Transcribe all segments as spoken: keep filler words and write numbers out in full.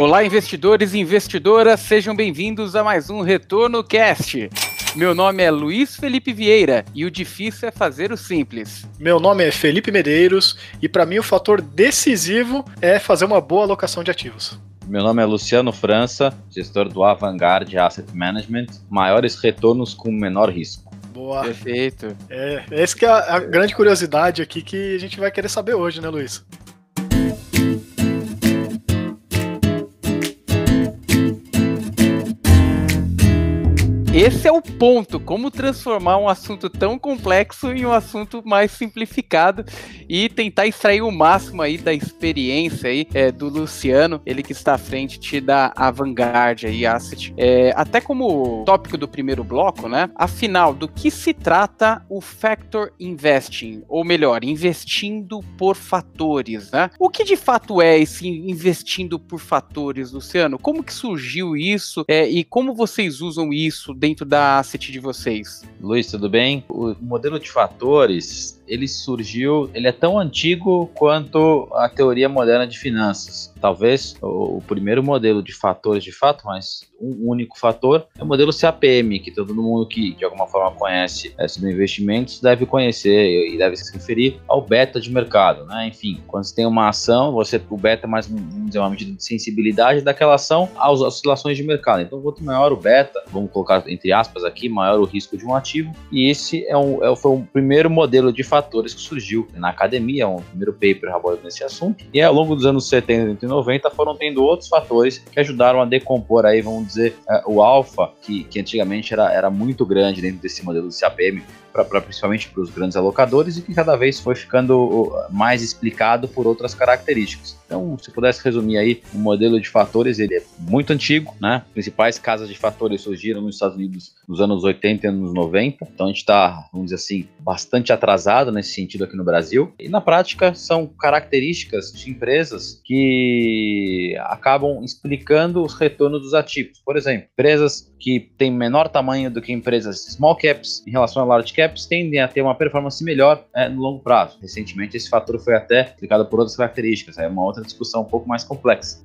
Olá, investidores e investidoras, sejam bem-vindos a mais um Retorno Cast. Meu nome é Luiz Felipe Vieira e o difícil é fazer o simples. Meu nome é Felipe Medeiros e para mim o fator decisivo é fazer uma boa alocação de ativos. Meu nome é Luciano França, gestor do Avantgarde Asset Management, maiores retornos com menor risco. Boa. Perfeito. É, essa que é a, a grande curiosidade aqui que a gente vai querer saber hoje, né, Luiz? Esse é o ponto, como transformar um assunto tão complexo em um assunto mais simplificado e tentar extrair o máximo aí da experiência aí, é, do Luciano, ele que está à frente da Avantgarde aí, Asset. É, até como tópico do primeiro bloco, né? Afinal, do que se trata o Factor Investing? Ou melhor, investindo por fatores, né? O que de fato é esse investindo por fatores, Luciano? Como que surgiu isso é, e como vocês usam isso dentro da asset de vocês? Luiz, tudo bem? O modelo de fatores, ele surgiu, ele é tão antigo quanto a teoria moderna de finanças. Talvez o, o primeiro modelo de fatores de fato, mas um único fator, é o modelo C A P M, que todo mundo que de alguma forma conhece é, sobre investimentos deve conhecer e deve se referir ao beta de mercado, né? Enfim, quando você tem uma ação, você, o beta é mais, vamos dizer, uma medida de sensibilidade daquela ação às oscilações de mercado. Então, quanto maior o beta, vamos colocar entre aspas aqui, maior o risco de um ativo, e esse é um, é, foi o primeiro modelo de fatores que surgiu na academia, um primeiro paper abordando nesse assunto, e ao longo dos anos setenta e noventa foram tendo outros fatores que ajudaram a decompor aí, vamos dizer, uh, o alfa, que, que antigamente era, era muito grande dentro desse modelo do C A P M, pra, pra, principalmente para os grandes alocadores, e que cada vez foi ficando mais explicado por outras características. Então, se pudesse resumir aí, o modelo de fatores, ele é muito antigo, né? As principais casas de fatores surgiram nos Estados Unidos nos anos oitenta e anos noventa, então a gente está, vamos dizer assim, bastante atrasado nesse sentido aqui no Brasil, e na prática são características de empresas que acabam explicando os retornos dos ativos. Por exemplo, empresas que têm menor tamanho do que empresas small caps em relação a large caps tendem a ter uma performance melhor é, no longo prazo. Recentemente esse fator foi até explicado por outras características, é uma outra discussão um pouco mais complexa,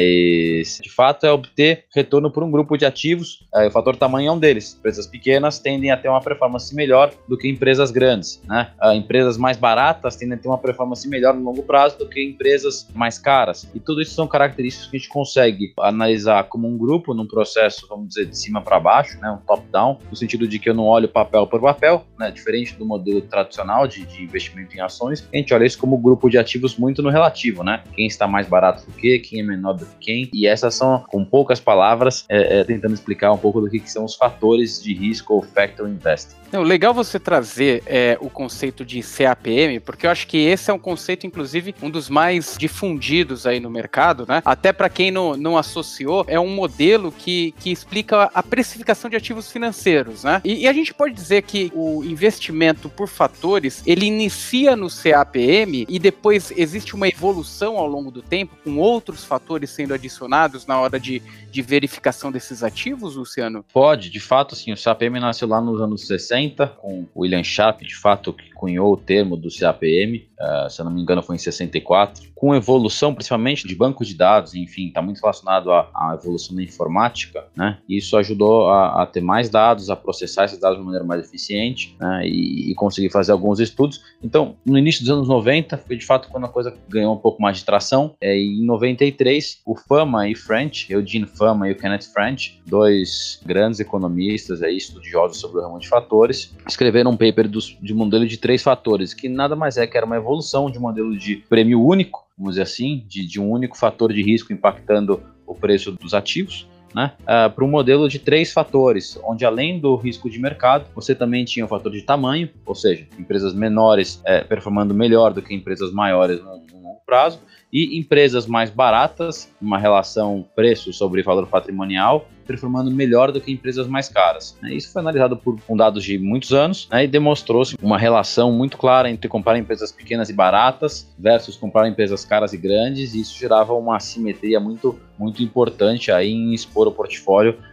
mas de fato é obter retorno por um grupo de ativos, é, o fator tamanho é um deles. Empresas pequenas tendem a ter uma performance melhor do que empresas grandes, né? Uh, empresas mais baratas tendem a ter uma performance melhor no longo prazo do que empresas mais caras, e tudo isso são características que a gente consegue analisar como um grupo num processo, vamos dizer, de cima para baixo, né? Um top-down, no sentido de que eu não olho papel por papel, né? Diferente do modelo tradicional de, de investimento em ações, a gente olha isso como grupo de ativos muito no relativo, né? Quem está mais barato do que, quem é menor do que quem, e essas são, com poucas palavras, é, é, tentando explicar um pouco do que, que são os fatores de risco ou Factor Investing. Não, legal você trazer é, o conceito de C A P M, porque eu acho que esse é um conceito, inclusive, um dos mais difundidos aí no mercado, né? Até para quem não, não associou, é um modelo que, que explica a precificação de ativos financeiros, né? E, e a gente pode dizer que o investimento por fatores, ele inicia no C A P M e depois existe uma evolução ao longo do tempo, com outros fatores sendo adicionados na hora de, de verificação desses ativos, Luciano? Pode, de fato, sim. O C A P M nasceu lá nos anos sessenta, com o William Sharpe, de fato, que cunhou o termo do C A P M, uh, se eu não me engano foi em sessenta e quatro, com evolução principalmente de bancos de dados, enfim, está muito relacionado à, à evolução da informática, né? Isso ajudou a, a ter mais dados, a processar esses dados de maneira mais eficiente, né? e, e conseguir fazer alguns estudos. Então, no início dos anos noventa, foi de fato quando a coisa ganhou um pouco mais de tração. É, em noventa e três, o Fama e French, Eugene Fama e o Kenneth French, dois grandes economistas aí, estudiosos sobre o ramo de fatores, escreveram um paper dos, de um modelo de três fatores, que nada mais é que era uma evolução de um modelo de prêmio único, vamos dizer assim, de, de um único fator de risco impactando o preço dos ativos, né, uh, para um modelo de três fatores, onde além do risco de mercado, você também tinha o fator de tamanho, ou seja, empresas menores é, performando melhor do que empresas maiores no, no longo prazo, e empresas mais baratas, uma relação preço sobre valor patrimonial, performando melhor do que empresas mais caras. Isso foi analisado por com dados de muitos anos, né, e demonstrou-se uma relação muito clara entre comprar empresas pequenas e baratas versus comprar empresas caras e grandes, e isso gerava uma assimetria muito, muito importante aí em expor o portfólio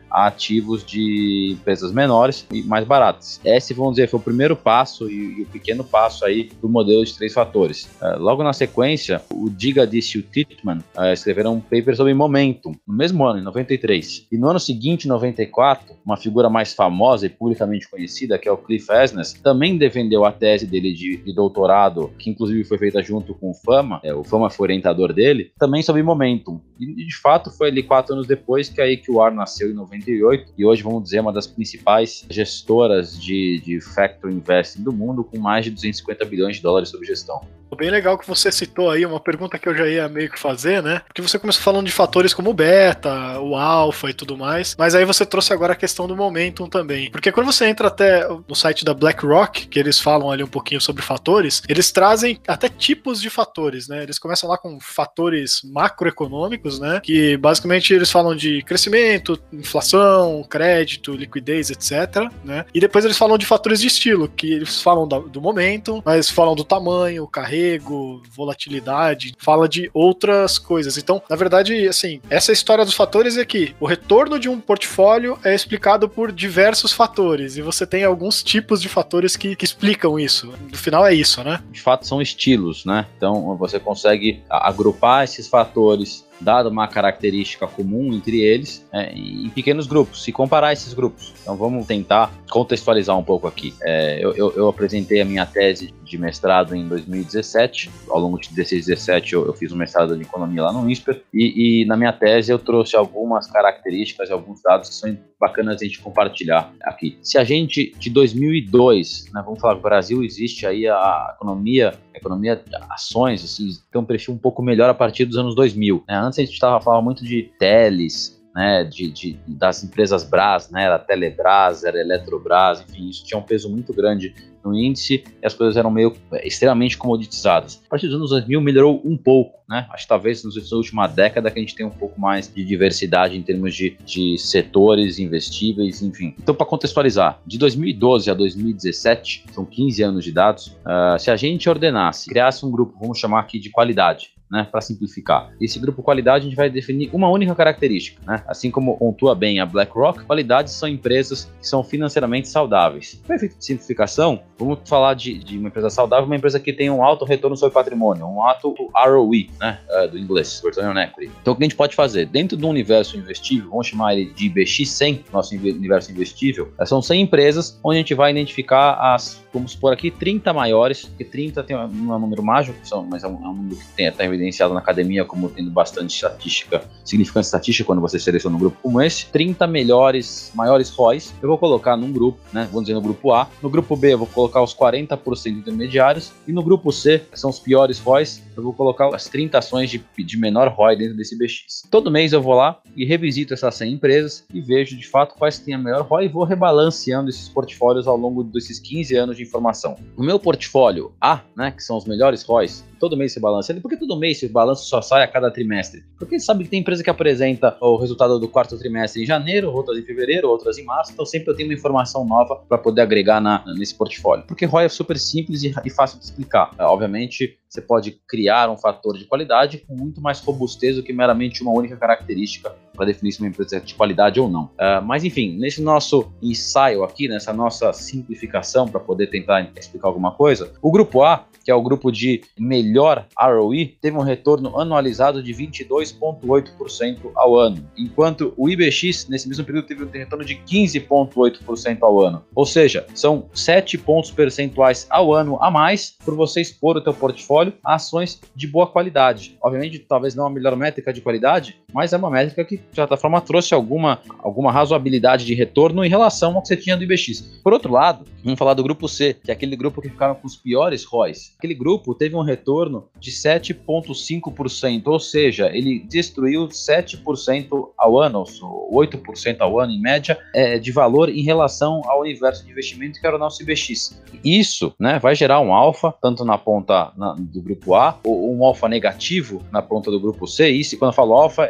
a ativos de empresas menores e mais baratas. Esse, vamos dizer, foi o primeiro passo e, e o pequeno passo aí do modelo de três fatores. Uh, logo na sequência, o Digadis e o Titman uh, escreveram um paper sobre Momentum, no mesmo ano, em noventa e três. E no ano seguinte, em noventa e quatro, uma figura mais famosa e publicamente conhecida, que é o Cliff Asness, também defendeu a tese dele de, de doutorado, que inclusive foi feita junto com o Fama, é, o Fama foi orientador dele, também sobre Momentum. E de fato foi ali quatro anos depois que a A Q R nasceu em noventa e oito, e hoje, vamos dizer, uma das principais gestoras de, de Factor Investing do mundo, com mais de duzentos e cinquenta bilhões de dólares sob gestão. Bem legal que você citou aí uma pergunta que eu já ia meio que fazer, né? Porque você começou falando de fatores como o beta, o alfa e tudo mais, mas aí você trouxe agora a questão do momentum também. Porque quando você entra até no site da BlackRock, que eles falam ali um pouquinho sobre fatores, eles trazem até tipos de fatores, né? Eles começam lá com fatores macroeconômicos, né? Que basicamente eles falam de crescimento, inflação, crédito, liquidez, etcétera, né? E depois eles falam de fatores de estilo, que eles falam do momentum, mas falam do tamanho, carrego, volatilidade, fala de outras coisas. Então, na verdade, assim, essa história dos fatores é que o retorno de um portfólio é explicado por diversos fatores, e você tem alguns tipos de fatores que, que explicam isso. No final é isso, né? De fato, são estilos, né? Então, você consegue agrupar esses fatores, dado uma característica comum entre eles, é, em pequenos grupos, e comparar esses grupos. Então vamos tentar contextualizar um pouco aqui. É, eu, eu, eu apresentei a minha tese de mestrado em dois mil e dezessete, ao longo de dezesseis e dezessete eu, eu fiz um mestrado de economia lá no INSPER, e, e na minha tese eu trouxe algumas características e alguns dados que são bacanas a gente compartilhar aqui. Se a gente, de dois mil e dois, né, vamos falar que o Brasil existe aí a economia, a economia de ações, assim, tem um perfil um pouco melhor a partir dos anos dois mil, né? Antes a gente estava falando muito de teles, né, de, de, das empresas Brás, né, era Telebrás, era Eletrobras, enfim, isso tinha um peso muito grande no índice e as coisas eram meio extremamente comoditizadas. A partir dos anos dois mil melhorou um pouco, né? Acho que talvez na última década que a gente tem um pouco mais de diversidade em termos de, de setores investíveis, enfim. Então, para contextualizar, de dois mil e doze a dois mil e dezessete, são quinze anos de dados, uh, se a gente ordenasse, criasse um grupo, vamos chamar aqui de qualidade, né, para simplificar. Esse grupo qualidade a gente vai definir uma única característica, né? Assim como pontua bem a BlackRock, qualidades são empresas que são financeiramente saudáveis. Para efeito de simplificação, vamos falar de, de uma empresa saudável, uma empresa que tem um alto retorno sobre patrimônio, um alto R O I, né, do inglês, Return on Equity. Então o que a gente pode fazer? Dentro do universo investível, vamos chamar ele de I B X cem, nosso universo investível, são cem empresas onde a gente vai identificar as, vamos supor aqui, trinta maiores, porque trinta tem um, um número mágico, são, mas é um, é um número que tem até evidenciado na academia como tendo bastante estatística, significante estatística quando você seleciona um grupo como esse. trinta melhores, maiores R O Is, eu vou colocar num grupo, né, vamos dizer no grupo A. No grupo B eu vou colocar os quarenta por cento intermediários e no grupo C, que são os piores R O Is, eu vou colocar as trinta ações de, de menor R O I dentro desse I B X. Todo mês eu vou lá e revisito essas cem empresas e vejo de fato quais têm a melhor R O I e vou rebalanceando esses portfólios ao longo desses quinze anos de informação. O meu portfólio A, né, que são os melhores R O Is, todo mês você balança ele. Por que todo mês esse balanço só sai a cada trimestre? Porque sabe que tem empresa que apresenta o resultado do quarto trimestre em janeiro, outras em fevereiro, outras em março, então sempre eu tenho uma informação nova para poder agregar na, nesse portfólio. Porque R O I é super simples e, e fácil de explicar. É, obviamente, você pode criar um fator de qualidade com muito mais robustez do que meramente uma única característica para definir se uma empresa é de qualidade ou não. Uh, mas enfim, nesse nosso ensaio aqui, nessa nossa simplificação para poder tentar explicar alguma coisa, o grupo A, que é o grupo de melhor R O I, teve um retorno anualizado de vinte e dois vírgula oito por cento ao ano, enquanto o I B X, nesse mesmo período, teve um retorno de quinze vírgula oito por cento ao ano. Ou seja, são sete pontos percentuais ao ano a mais por você expor o teu portfólio a ações de boa qualidade. Obviamente, talvez não a melhor métrica de qualidade, mas é uma métrica que, de certa forma, trouxe alguma, alguma razoabilidade de retorno em relação ao que você tinha do I B X. Por outro lado, vamos falar do grupo C, que é aquele grupo que ficaram com os piores R O Is. Aquele grupo teve um retorno de sete vírgula cinco por cento, ou seja, ele destruiu sete por cento ao ano, ou oito por cento ao ano em média, é, de valor em relação ao universo de investimento que era o nosso I B X. Isso, né, vai gerar um alfa, tanto na ponta na, do grupo A, ou um alfa negativo na ponta do grupo C. Isso, quando eu falo alfa, é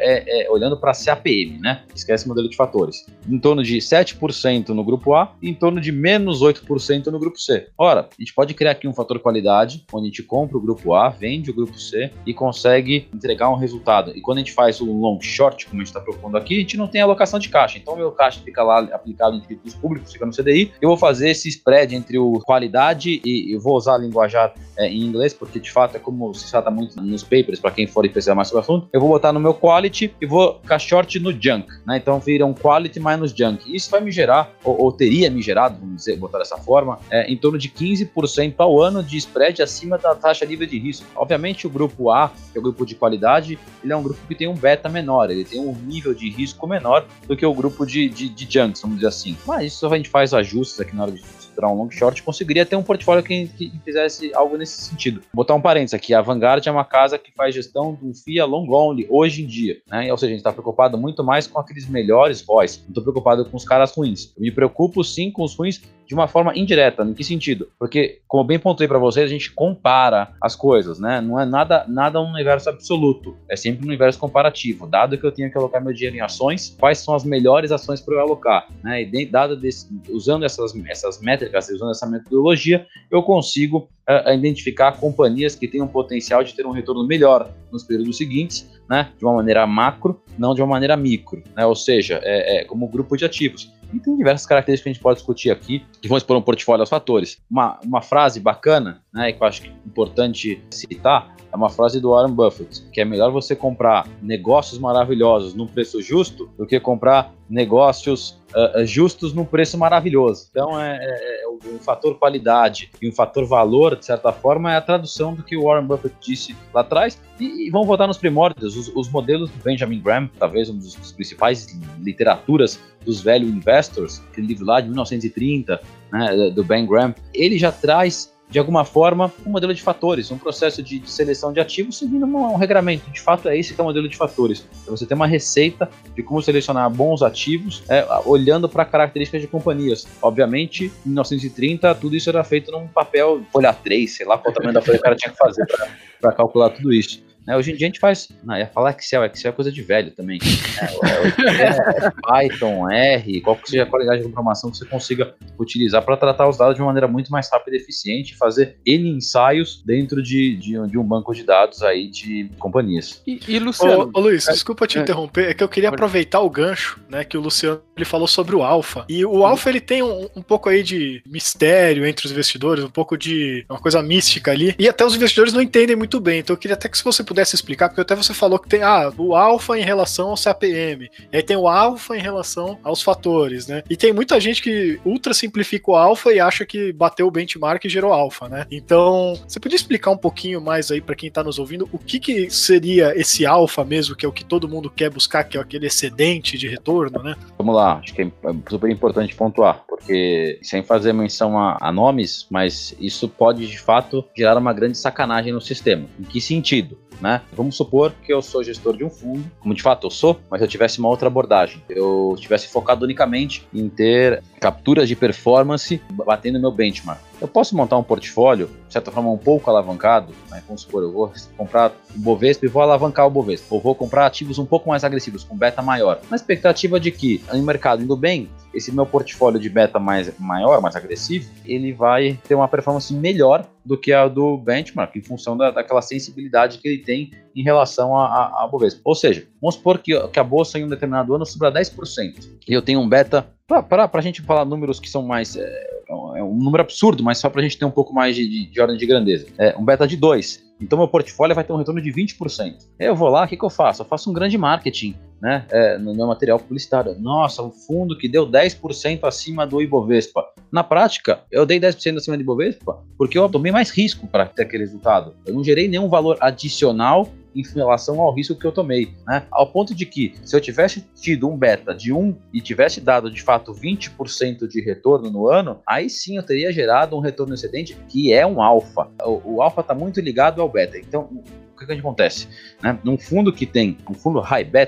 é, é olhando para C A P M, né? Esquece o modelo de fatores. Em torno de sete por cento no grupo A e em torno de menos oito por cento no grupo C. Ora, a gente pode criar aqui um fator qualidade, onde a gente compra o grupo A, vende o grupo C e consegue entregar um resultado. E quando a gente faz o long short, como a gente está propondo aqui, a gente não tem alocação de caixa. Então, o meu caixa fica lá aplicado em títulos públicos, fica no C D I. Eu vou fazer esse spread entre o qualidade e eu vou usar a linguajar é, em inglês, porque de fato é como se trata muito nos papers, para quem for pesquisar mais sobre o assunto. Eu vou botar no meu quality e vou ficar short no junk, né? Então, vira um quality minus junk. Isso vai me gerar, ou, ou teria me gerado, vamos dizer, botar dessa forma, é, em torno de quinze por cento ao ano de spread acima da taxa livre de risco. Obviamente, o grupo A, que é o grupo de qualidade, ele é um grupo que tem um beta menor, ele tem um nível de risco menor do que o grupo de, de, de junks, vamos dizer assim. Mas isso a gente faz ajustes aqui na hora de estruturar um long short, conseguiria ter um portfólio que, que fizesse algo nesse sentido. Vou botar um parênteses aqui, a Vanguard é uma casa que faz gestão do F I A long only hoje em dia, né? Ou seja, a gente está preocupado muito mais com aqueles melhores R O Is, não estou preocupado com os caras ruins. Eu me preocupo sim com os ruins de uma forma indireta. Em que sentido? Porque, como bem pontuei para vocês, a gente compara as coisas, né? Não é nada, nada um universo absoluto, é sempre um universo comparativo. Dado que eu tenho que alocar meu dinheiro em ações, quais são as melhores ações para eu alocar, né? E dado desse, usando essas, essas métricas, usando essa metodologia, eu consigo uh, identificar companhias que têm um potencial de ter um retorno melhor nos períodos seguintes, né? De uma maneira macro, não de uma maneira micro, né? Ou seja, é, é como grupo de ativos. E tem diversas características que a gente pode discutir aqui, que vão expor um portfólio aos fatores. Uma, uma frase bacana, né, que eu acho que é importante citar, é uma frase do Warren Buffett, que é melhor você comprar negócios maravilhosos num preço justo do que comprar negócios uh, justos num preço maravilhoso. Então, é, é, é um fator qualidade e um fator valor, de certa forma, é a tradução do que o Warren Buffett disse lá atrás. E, e vamos voltar nos primórdios, os, os modelos do Benjamin Graham, talvez um dos, dos principais literaturas dos Value Investors, aquele livro lá de mil novecentos e trinta, né, do Ben Graham, ele já traz de alguma forma, um modelo de fatores, um processo de, de seleção de ativos seguindo um, um regramento. De fato, é esse que é o modelo de fatores. Então, você tem uma receita de como selecionar bons ativos, é, olhando para características de companhias. Obviamente, em mil novecentos e trinta, tudo isso era feito num papel folha três, sei lá qual tamanho da folha o cara tinha que fazer para calcular tudo isso. Né, hoje em dia a gente faz, não, ia falar Excel, Excel é coisa de velho também, é, é, é Python, R, qual que seja a qualidade de informação que você consiga utilizar para tratar os dados de uma maneira muito mais rápida e eficiente, fazer N ensaios dentro de, de, de um banco de dados aí de companhias. E, e Luciano... Ô, ô Luiz, desculpa te é, interromper, é que eu queria aproveitar o gancho, né, que o Luciano ele falou sobre o Alpha, e o Alpha ele tem um, um pouco aí de mistério entre os investidores, um pouco de uma coisa mística ali, e até os investidores não entendem muito bem, então eu queria até que se você pudesse explicar, porque até você falou que tem ah, o alfa em relação ao C A P M, e aí tem o alfa em relação aos fatores, né? E tem muita gente que ultra simplifica o alfa e acha que bateu o benchmark e gerou alfa, né? Então, você podia explicar um pouquinho mais aí para quem tá nos ouvindo, o que que seria esse alfa mesmo, que é o que todo mundo quer buscar, que é aquele excedente de retorno, né? Vamos lá, acho que é super importante pontuar, porque sem fazer menção a, a nomes, mas isso pode de fato gerar uma grande sacanagem no sistema. Em que sentido? Né? Vamos supor que eu sou gestor de um fundo, como de fato eu sou, mas eu tivesse uma outra abordagem. Eu tivesse focado unicamente em ter capturas de performance batendo meu benchmark. Eu posso montar um portfólio, de certa forma, um pouco alavancado, né? Vamos supor, eu vou comprar o Bovespa e vou alavancar o Bovespa, ou vou comprar ativos um pouco mais agressivos, com beta maior, na expectativa de que, no mercado indo bem, esse meu portfólio de beta mais maior, mais agressivo, ele vai ter uma performance melhor do que a do benchmark, em função da, daquela sensibilidade que ele tem em relação a, a, a Bovespa. Ou seja, vamos supor que, que a bolsa em um determinado ano suba dez por cento, e eu tenho um beta, para a gente falar números que são mais... É, é um número absurdo, mas só para a gente ter um pouco mais de, de, de ordem de grandeza. É um beta de dois. Então, meu portfólio vai ter um retorno de vinte por cento. Eu vou lá, o que, que eu faço? Eu faço um grande marketing, né, é, no meu material publicitário. Nossa, um fundo que deu dez por cento acima do Ibovespa. Na prática, eu dei dez por cento acima do Ibovespa porque eu tomei mais risco para ter aquele resultado. Eu não gerei nenhum valor adicional em relação ao risco que eu tomei, né? Ao ponto de que, se eu tivesse tido um beta de um e tivesse dado, de fato, vinte por cento de retorno no ano, aí sim eu teria gerado um retorno excedente, que é um alfa. O, o alfa está muito ligado ao beta. Então, o que, que acontece? Né? Num fundo que tem, um fundo high beta,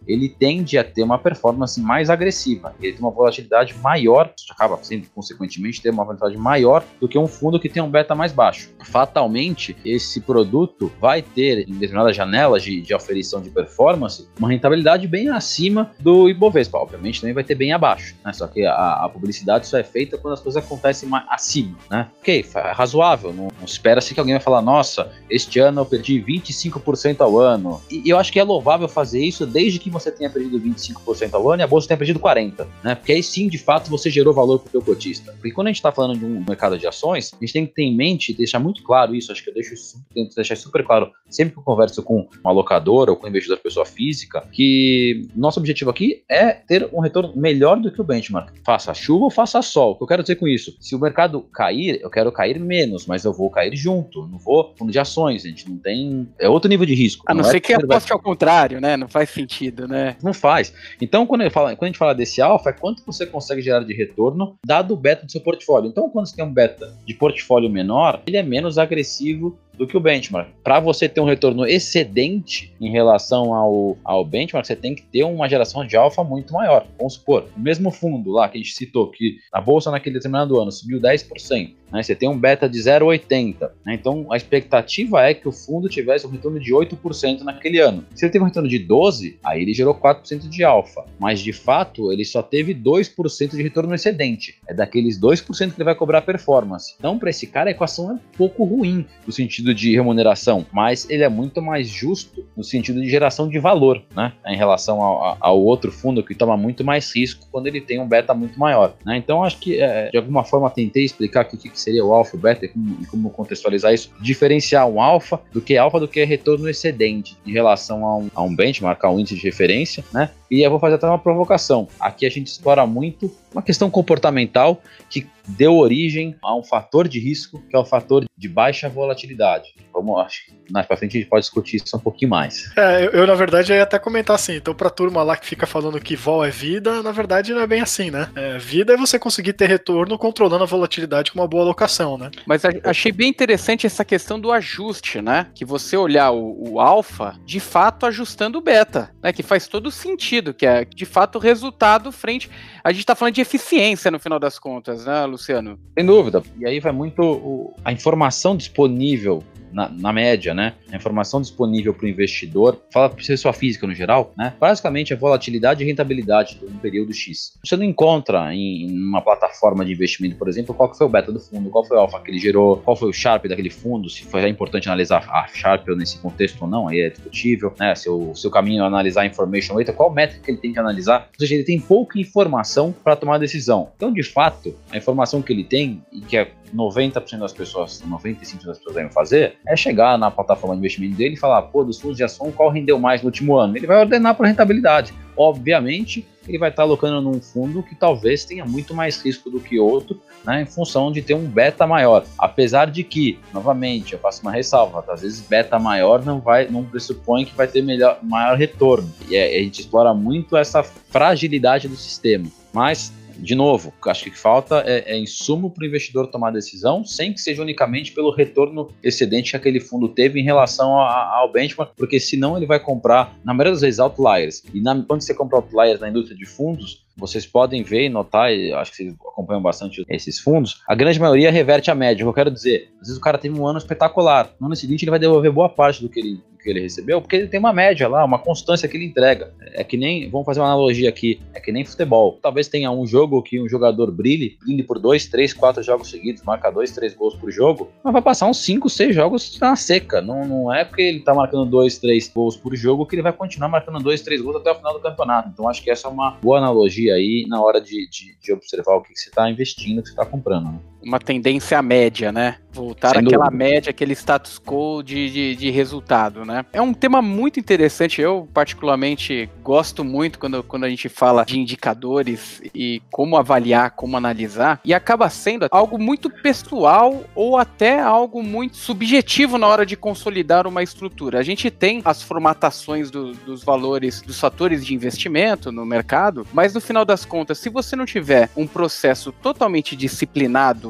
ele tende a ter uma performance mais agressiva, ele tem uma volatilidade maior, acaba sendo, consequentemente, ter uma volatilidade maior do que um fundo que tem um beta mais baixo. Fatalmente, esse produto vai ter, em determinadas janelas de, de aferição de performance, uma rentabilidade bem acima do Ibovespa. Obviamente, também vai ter bem abaixo, né? Só que a, a publicidade só é feita quando as coisas acontecem mais acima, né? Ok, é razoável, não, não espera-se que alguém vai falar, nossa, este ano eu perdi vinte e cinco por cento ao ano. E eu acho que é louvável fazer isso desde que você tenha perdido vinte e cinco por cento ao ano e a bolsa tenha perdido quarenta por cento, né? Porque aí sim, de fato, você gerou valor para o seu cotista. Porque quando a gente está falando de um mercado de ações, a gente tem que ter em mente, deixar muito claro isso, acho que eu deixo isso, tento deixar super claro sempre que eu converso com um alocador ou com um investidor pessoa física, que nosso objetivo aqui é ter um retorno melhor do que o benchmark. Faça chuva ou faça sol. O que eu quero dizer com isso? Se o mercado cair, eu quero cair menos, mas eu vou cair junto, não vou fundo de ações, a gente não tem... É outro nível de risco. A não, não ser é que aposte ao contrário, né? Não faz sentido, né? Não faz. Então, quando, eu falo, quando a gente fala desse alfa, é quanto você consegue gerar de retorno dado o beta do seu portfólio. Então, quando você tem um beta de portfólio menor, ele é menos agressivo do que o benchmark. Para você ter um retorno excedente em relação ao, ao benchmark, você tem que ter uma geração de alfa muito maior. Vamos supor, o mesmo fundo lá que a gente citou, que a bolsa naquele determinado ano subiu dez por cento, né? Você tem um beta de zero vírgula oitenta, né? Então a expectativa é que o fundo tivesse um retorno de oito por cento naquele ano. Se ele teve um retorno de doze por cento, aí ele gerou quatro por cento de alfa, mas de fato ele só teve dois por cento de retorno excedente. É daqueles dois por cento que ele vai cobrar performance. Então, para esse cara, a equação é um pouco ruim no sentido de remuneração, mas ele é muito mais justo no sentido de geração de valor, né? Em relação ao, ao outro fundo que toma muito mais risco quando ele tem um beta muito maior, né? Então acho que é, de alguma forma tentei explicar o que, que seria o alfa, o beta e como, e como contextualizar isso, diferenciar um alfa do que alfa do que retorno excedente em relação a um, a um benchmark, a um índice de referência, né? E eu vou fazer até uma provocação. Aqui a gente explora muito uma questão comportamental que deu origem a um fator de risco, que é o fator de baixa volatilidade. Vamos, acho que mais pra frente a gente pode discutir isso um pouquinho mais. É, eu, eu na verdade ia até comentar assim, então pra turma lá que fica falando que vol é vida, na verdade não é bem assim, né? É, vida é você conseguir ter retorno controlando a volatilidade com uma boa alocação, né? Mas a, achei bem interessante essa questão do ajuste, né? Que você olhar o, o alfa, de fato ajustando o beta, né? Que faz todo sentido, que é de fato o resultado frente... A gente tá falando de eficiência no final das contas, né, Luciano? Sem dúvida. E aí vai muito o, a informação disponível Na, na média, né? A informação disponível para o investidor, fala para pessoa física no geral, né? Basicamente é volatilidade e rentabilidade de um período X. Você não encontra em, em uma plataforma de investimento, por exemplo, qual que foi o beta do fundo, qual foi o alfa que ele gerou, qual foi o Sharpe daquele fundo, se foi importante analisar a Sharpe nesse contexto ou não, aí é discutível, né? Se o seu caminho é analisar a information weight, qual métrica que ele tem que analisar, ou seja, ele tem pouca informação para tomar decisão. Então, de fato, a informação que ele tem, e que é noventa por cento das pessoas, noventa e cinco por cento das pessoas devem fazer, é chegar na plataforma de investimento dele e falar, pô, dos fundos de ação, qual rendeu mais no último ano? Ele vai ordenar por rentabilidade. Obviamente, ele vai estar alocando num fundo que talvez tenha muito mais risco do que outro, né, em função de ter um beta maior. Apesar de que, novamente, eu faço uma ressalva, às vezes beta maior não, vai, não pressupõe que vai ter melhor, maior retorno. E a gente explora muito essa fragilidade do sistema. Mas, de novo, acho que o que falta é, é insumo para o investidor tomar decisão, sem que seja unicamente pelo retorno excedente que aquele fundo teve em relação a, ao benchmark, porque senão ele vai comprar, na maioria das vezes, outliers. E na, quando você compra outliers na indústria de fundos, vocês podem ver e notar, e acho que vocês acompanham bastante esses fundos, a grande maioria reverte a média. O que eu quero dizer, às vezes o cara teve um ano espetacular, no ano seguinte ele vai devolver boa parte do que ele, do que ele recebeu, porque ele tem uma média lá, uma constância que ele entrega. É que nem, vamos fazer uma analogia aqui, é que nem futebol. Talvez tenha um jogo que um jogador brilhe, brilhe por dois, três, quatro jogos seguidos, marca dois, três gols por jogo, mas vai passar uns cinco, seis jogos na seca. Não, não é porque ele tá marcando dois, três gols por jogo que ele vai continuar marcando dois, três gols até o final do campeonato. Então acho que essa é uma boa analogia aí na hora de, de, de observar o que, que você está investindo, o que você está comprando. Né? Uma tendência média, né? Voltar Sem àquela dúvida. média, aquele status quo de, de, de resultado, né? É um tema muito interessante, eu particularmente gosto muito quando, quando a gente fala de indicadores e como avaliar, como analisar, e acaba sendo algo muito pessoal ou até algo muito subjetivo na hora de consolidar uma estrutura. A gente tem as formatações do, dos valores, dos fatores de investimento no mercado, mas no final das contas, se você não tiver um processo totalmente disciplinado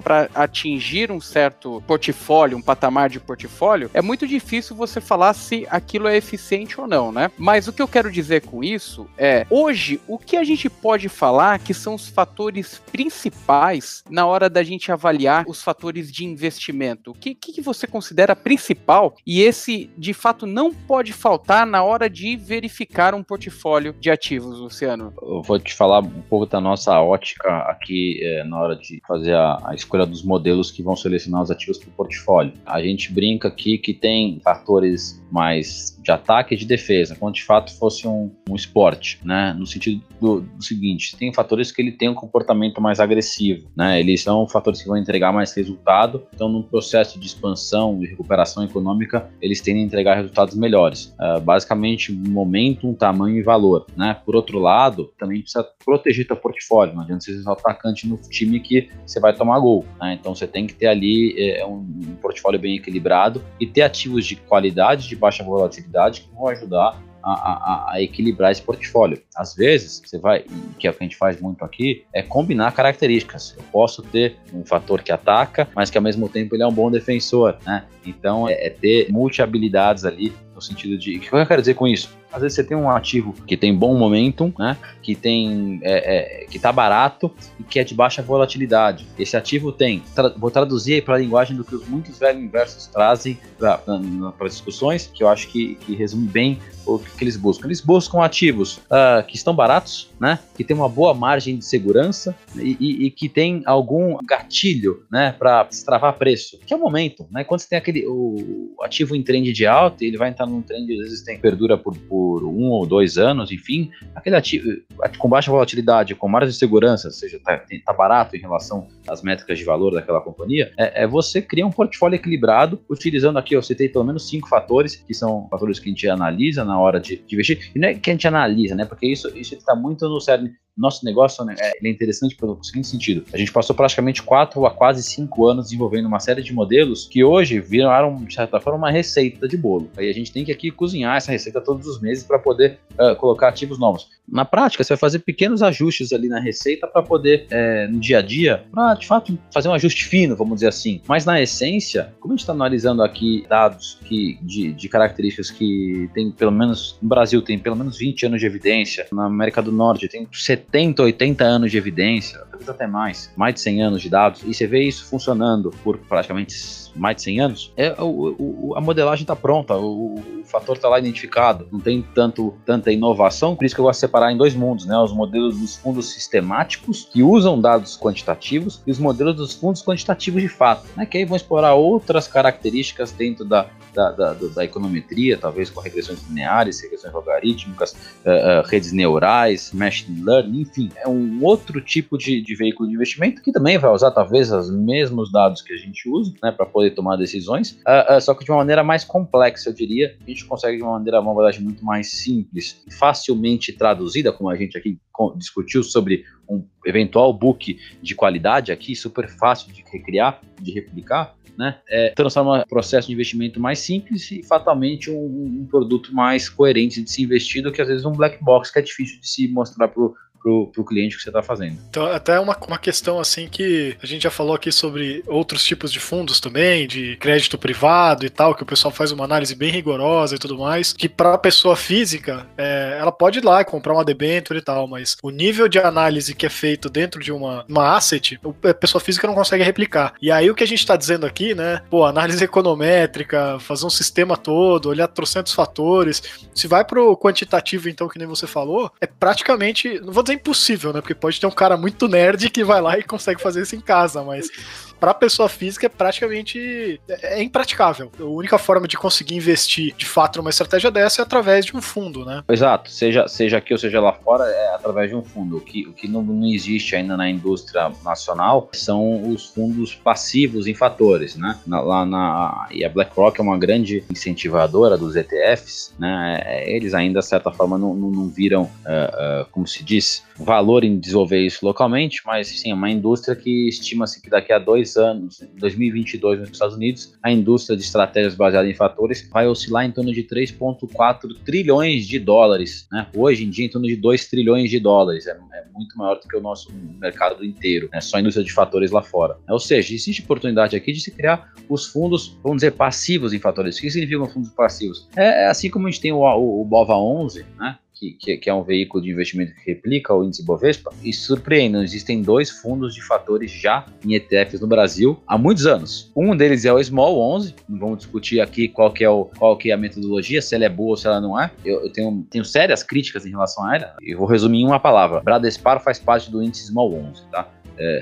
para atingir um certo portfólio, um patamar de portfólio, é muito difícil você falar se aquilo é eficiente ou não, né? Mas o que eu quero dizer com isso é, hoje, o que a gente pode falar que são os fatores principais na hora da gente avaliar os fatores de investimento? O que, que você considera principal e esse, de fato, não pode faltar na hora de verificar um portfólio de ativos, Luciano? Eu vou te falar um pouco da nossa ótica aqui é, na hora de fazer a, a escolha dos modelos que vão selecionar os ativos para o portfólio. A gente brinca aqui que tem fatores mais de ataque e de defesa, como de fato fosse um, um esporte, né? No sentido do, do seguinte, tem fatores que ele tem um comportamento mais agressivo, né? Eles são fatores que vão entregar mais resultado, então num processo de expansão e recuperação econômica, eles tendem a entregar resultados melhores. Uh, basicamente, momento, tamanho e valor, né? Por outro lado, também precisa proteger teu portfólio, não adianta você ser um atacante no time que você vai tomar gol, né? Então você tem que ter ali é, um, um portfólio bem equilibrado e ter ativos de qualidade, de baixa volatilidade, que vão ajudar A, a, a equilibrar esse portfólio. Às vezes, você vai, que é o que a gente faz muito aqui, é combinar características. Eu posso ter um fator que ataca, mas que ao mesmo tempo ele é um bom defensor, né? Então, é, é ter multi-habilidades ali, no sentido de... O que eu quero dizer com isso? Às vezes você tem um ativo que tem bom momentum, né? Que tem, é, é, que tá barato e que é de baixa volatilidade. Esse ativo tem, tra vou traduzir para a linguagem do que os muitos velhos inversos trazem para discussões, que eu acho que, que resume bem o que, que eles buscam. Eles buscam ativos uh, que estão baratos, né? Que tem uma boa margem de segurança e, e, e que tem algum gatilho, né? Para destravar preço, que é o momento, né? Quando você tem aquele o ativo em trend de alta, ele vai entrar num trend, às vezes tem perdura por, por um ou dois anos, enfim, aquele ativo com baixa volatilidade, com margem de segurança, ou seja, tá, tá barato em relação às métricas de valor daquela companhia, é, é você criar um portfólio equilibrado, utilizando aqui, eu citei pelo menos cinco fatores, que são fatores que a gente analisa na hora de, de investir, e não é que a gente analisa, né, porque isso está muito no cerne. Nosso negócio, né, é interessante pelo seguinte sentido: a gente passou praticamente quatro a quase cinco anos desenvolvendo uma série de modelos que hoje viraram, de certa forma, uma receita de bolo. Aí a gente tem que aqui cozinhar essa receita todos os meses para poder uh, colocar ativos novos. Na prática, você vai fazer pequenos ajustes ali na receita para poder, é, no dia a dia, para de fato fazer um ajuste fino, vamos dizer assim. Mas na essência, como a gente está analisando aqui dados que, de, de características que tem pelo menos, no Brasil tem pelo menos vinte anos de evidência, na América do Norte tem setenta, oitenta anos de evidência, talvez até mais, mais de cem anos de dados, e você vê isso funcionando por praticamente mais de cem anos, é, o, o, a modelagem está pronta, o, o fator está lá identificado, não tem tanto, tanta inovação, por isso que eu gosto de separar em dois mundos, né? Os modelos dos fundos sistemáticos, que usam dados quantitativos, e os modelos dos fundos quantitativos de fato, né? Que aí vão explorar outras características dentro da, da, da, da econometria, talvez com regressões lineares, regressões logarítmicas, uh, uh, redes neurais, machine learning, enfim, é um outro tipo de, de veículo de investimento que também vai usar talvez os mesmos dados que a gente usa, né, para poder tomar decisões, uh, uh, só que de uma maneira mais complexa, eu diria. A gente consegue de uma maneira, uma abordagem muito mais simples, facilmente traduzida, como a gente aqui discutiu sobre um eventual book de qualidade aqui, super fácil de recriar, de replicar, né? É, transforma o processo de investimento mais simples e fatalmente um, um produto mais coerente de se investir do que às vezes um black box que é difícil de se mostrar para o Pro, pro cliente que você está fazendo. Então, até uma, uma questão assim que a gente já falou aqui sobre outros tipos de fundos também, de crédito privado e tal, que o pessoal faz uma análise bem rigorosa e tudo mais, que para a pessoa física, é, ela pode ir lá e comprar uma debênture e tal, mas o nível de análise que é feito dentro de uma, uma asset, a pessoa física não consegue replicar. E aí o que a gente está dizendo aqui, né, pô, análise econométrica, fazer um sistema todo, olhar trocentos fatores, se vai pro quantitativo então, que nem você falou, é praticamente, não vou dizer impossível, né? Porque pode ter um cara muito nerd que vai lá e consegue fazer isso em casa, mas para pessoa física é praticamente é impraticável. A única forma de conseguir investir de fato numa estratégia dessa é através de um fundo, né? Exato, seja, seja aqui ou seja lá fora, é através de um fundo. O que, o que não, não existe ainda na indústria nacional são os fundos passivos em fatores, né? Na, lá na, e a BlackRock é uma grande incentivadora dos E T Fs, né? Eles ainda, de certa forma, não, não, não viram, uh, uh, como se diz, valor em desenvolver isso localmente, mas sim, é uma indústria que estima-se que daqui a dois dois anos, em dois mil e vinte e dois nos Estados Unidos, a indústria de estratégias baseadas em fatores vai oscilar em torno de três vírgula quatro trilhões de dólares, né? Hoje em dia em torno de dois trilhões de dólares, é, é muito maior do que o nosso mercado inteiro, né? Só a indústria de fatores lá fora. Ou seja, existe oportunidade aqui de se criar os fundos, vamos dizer, passivos em fatores. O que significam fundos passivos? É, é assim como a gente tem o, o, o BOVA onze, né? Que, que, que é um veículo de investimento que replica o índice Bovespa, e surpreendam, existem dois fundos de fatores já em E T Fs no Brasil há muitos anos. Um deles é o Small onze, não vamos discutir aqui qual que é, o, qual que é a metodologia, se ela é boa ou se ela não é. Eu, eu tenho, tenho sérias críticas em relação a ela, eu vou resumir em uma palavra: Bradespar faz parte do índice Small onze, tá? É...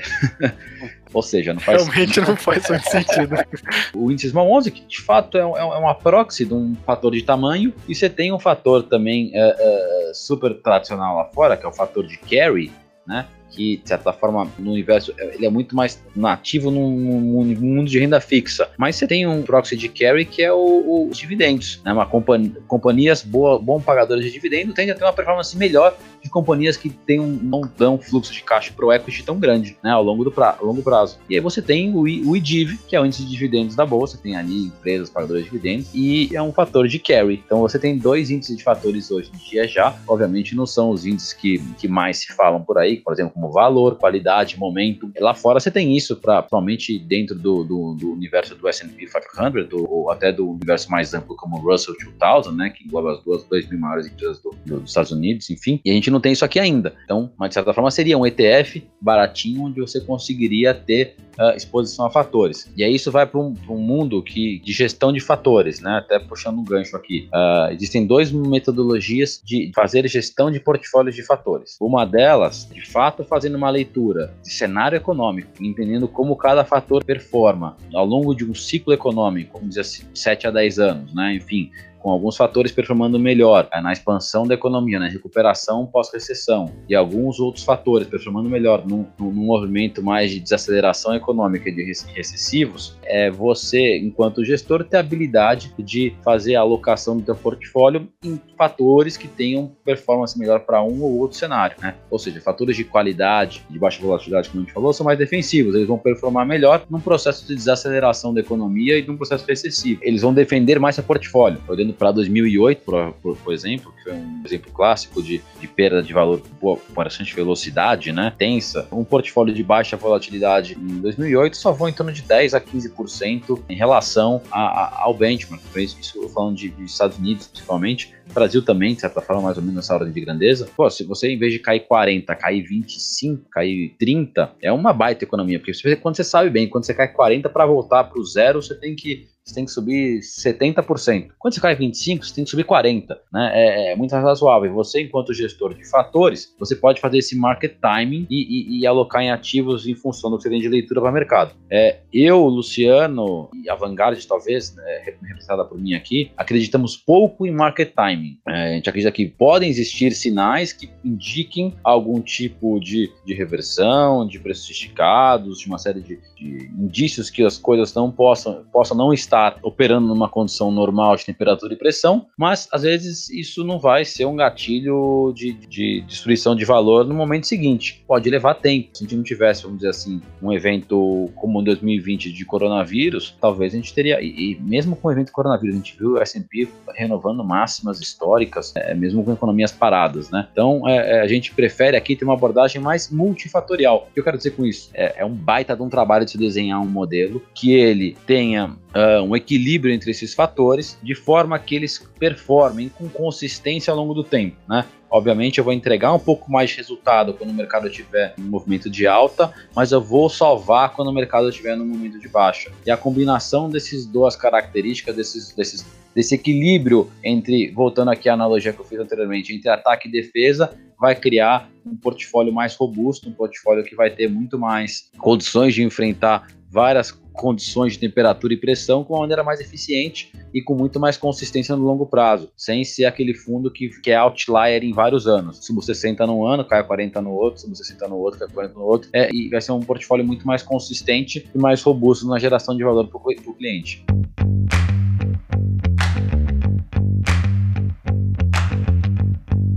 Ou seja, não faz Realmente não faz muito sentido. O índice Small onze, que de fato é, um, é uma proxy de um fator de tamanho, e você tem um fator também uh, uh, super tradicional lá fora, que é o fator de carry, né? Que, de certa forma, no universo, ele é muito mais nativo num, num mundo de renda fixa. Mas você tem um proxy de carry que é o, o, os dividendos, né? Uma companhia, companhias boa, bom pagadoras de dividendo tendem a ter uma performance melhor de companhias que tem um, não dão um fluxo de caixa pro equity tão grande, né? Ao longo do pra, ao longo prazo. E aí você tem o, I, o I D I V, que é o índice de dividendos da bolsa, tem ali empresas pagadoras de dividendos, e é um fator de carry. Então você tem dois índices de fatores hoje em dia já. Obviamente não são os índices que, que mais se falam por aí, por exemplo, como valor, qualidade, momento. Lá fora você tem isso, pra, principalmente dentro do, do, do universo do S and P quinhentos, ou, ou até do universo mais amplo como o Russell dois mil, né, que engloba as duas, dois mil maiores empresas do, do, dos Estados Unidos, enfim. E a gente não tem isso aqui ainda. Então, mas de certa forma, seria um E T F baratinho, onde você conseguiria ter uh, exposição a fatores. E aí isso vai para um, um mundo que, de gestão de fatores, né, até puxando um gancho aqui. Uh, existem duas metodologias de fazer gestão de portfólios de fatores. Uma delas, de fato, fazendo uma leitura de cenário econômico, entendendo como cada fator performa ao longo de um ciclo econômico, vamos dizer assim, sete a dez anos, né? Enfim, com alguns fatores performando melhor na expansão da economia, na recuperação pós-recessão, e alguns outros fatores performando melhor num, num movimento mais de desaceleração econômica e de recessivos, é você, enquanto gestor, ter a habilidade de fazer a alocação do seu portfólio em fatores que tenham performance melhor para um ou outro cenário, né? Ou seja, fatores de qualidade, de baixa volatilidade, como a gente falou, são mais defensivos, eles vão performar melhor num processo de desaceleração da economia e num processo recessivo. Eles vão defender mais seu portfólio, olhando para dois mil e oito, por, por, por exemplo, que foi um exemplo clássico de, de perda de valor com bastante velocidade, né, tensa. Um portfólio de baixa volatilidade em dois mil e oito só foi em torno de dez a quinze por cento em relação a, a, ao benchmark. Isso, isso falando de, de Estados Unidos, principalmente. Brasil também, de certa forma, mais ou menos nessa ordem de grandeza. Pô, se você, em vez de cair quarenta, cair vinte e cinco, cair trinta, é uma baita economia, porque você, quando você sabe bem, quando você cai quarenta, para voltar para o zero, você tem que você tem que subir setenta por cento. Quando você cai vinte e cinco, você tem que subir quarenta por cento, né? É, é muito razoável. Você, enquanto gestor de fatores, você pode fazer esse market timing e, e, e alocar em ativos em função do que você tem de leitura para o mercado. É, eu, Luciano e a Vanguard, talvez, né, representada por mim aqui, acreditamos pouco em market timing. É, a gente acredita que podem existir sinais que indiquem algum tipo de, de reversão, de preços esticados, de uma série de, de indícios que as coisas não possam, possam não estar operando numa condição normal de temperatura e pressão, mas às vezes isso não vai ser um gatilho de, de destruição de valor no momento seguinte. Pode levar tempo. Se a gente não tivesse, vamos dizer assim, um evento como em dois mil e vinte de coronavírus, talvez a gente teria, e, e mesmo com o evento coronavírus, a gente viu o S and P renovando máximas históricas, é, mesmo com economias paradas, né? Então é, é, a gente prefere aqui ter uma abordagem mais multifatorial. O que eu quero dizer com isso? É, é um baita de um trabalho de se desenhar um modelo que ele tenha Uh, um equilíbrio entre esses fatores, de forma que eles performem com consistência ao longo do tempo, né? Obviamente eu vou entregar um pouco mais de resultado quando o mercado estiver em um movimento de alta, mas eu vou salvar quando o mercado estiver num momento de baixa. E a combinação dessas duas características, desses, desses, desse equilíbrio entre, voltando aqui à analogia que eu fiz anteriormente, entre ataque e defesa, vai criar um portfólio mais robusto, um portfólio que vai ter muito mais condições de enfrentar várias condições de temperatura e pressão com uma maneira mais eficiente e com muito mais consistência no longo prazo, sem ser aquele fundo que, que é outlier em vários anos. Se você senta num ano, cai quarenta no outro, se você senta no outro, cai quarenta no outro, é, e vai ser um portfólio muito mais consistente e mais robusto na geração de valor para o cliente.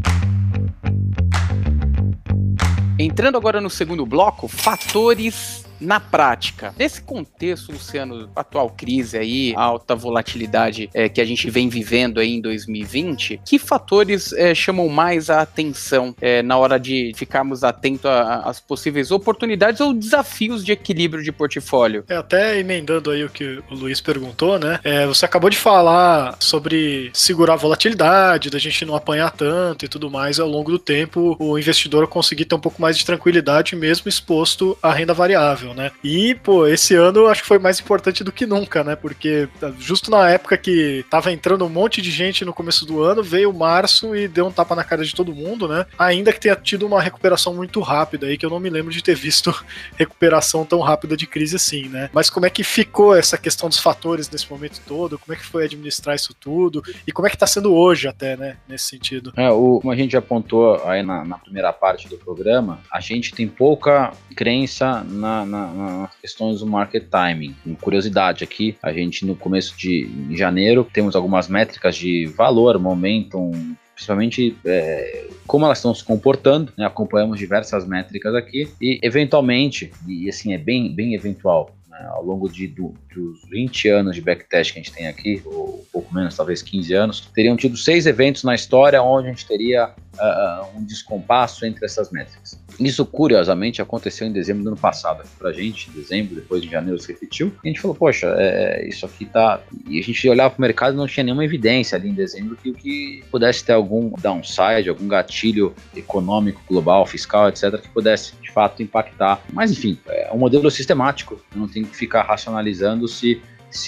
Entrando agora no segundo bloco, fatores na prática, nesse contexto, Luciano, atual crise aí, alta volatilidade é, que a gente vem vivendo aí em dois mil e vinte, que fatores é, chamam mais a atenção é, na hora de ficarmos atentos às possíveis oportunidades ou desafios de equilíbrio de portfólio? É, até emendando aí o que o Luiz perguntou, né? É, você acabou de falar sobre segurar a volatilidade, da gente não apanhar tanto e tudo mais, ao longo do tempo o investidor conseguir ter um pouco mais de tranquilidade mesmo exposto à renda variável, né? E, pô, esse ano eu acho que foi mais importante do que nunca, né? Porque justo na época que tava entrando um monte de gente no começo do ano, veio março e deu um tapa na cara de todo mundo, né? Ainda que tenha tido uma recuperação muito rápida aí, que eu não me lembro de ter visto recuperação tão rápida de crise assim, né? Mas como é que ficou essa questão dos fatores nesse momento todo? Como é que foi administrar isso tudo? E como é que tá sendo hoje até, né? Nesse sentido. É, o, como a gente apontou aí na, na primeira parte do programa, a gente tem pouca crença na, na, nas questões do market timing. Com curiosidade aqui, a gente no começo de janeiro temos algumas métricas de valor, momentum, principalmente é, como elas estão se comportando, né? Acompanhamos diversas métricas aqui e eventualmente, e assim é bem, bem eventual, né? Ao longo de, do, dos vinte anos de backtest que a gente tem aqui, ou um pouco menos, talvez quinze anos, teriam tido seis eventos na história onde a gente teria uh, um descompasso entre essas métricas. Isso, curiosamente, aconteceu em dezembro do ano passado. Pra gente, em dezembro, depois de janeiro se repetiu. E a gente falou, poxa, é, isso aqui tá... E a gente olhava pro mercado e não tinha nenhuma evidência ali em dezembro que, que pudesse ter algum downside, algum gatilho econômico, global, fiscal, etcétera, que pudesse, de fato, impactar. Mas, enfim, é um modelo sistemático. Eu não tenho que ficar racionalizando se...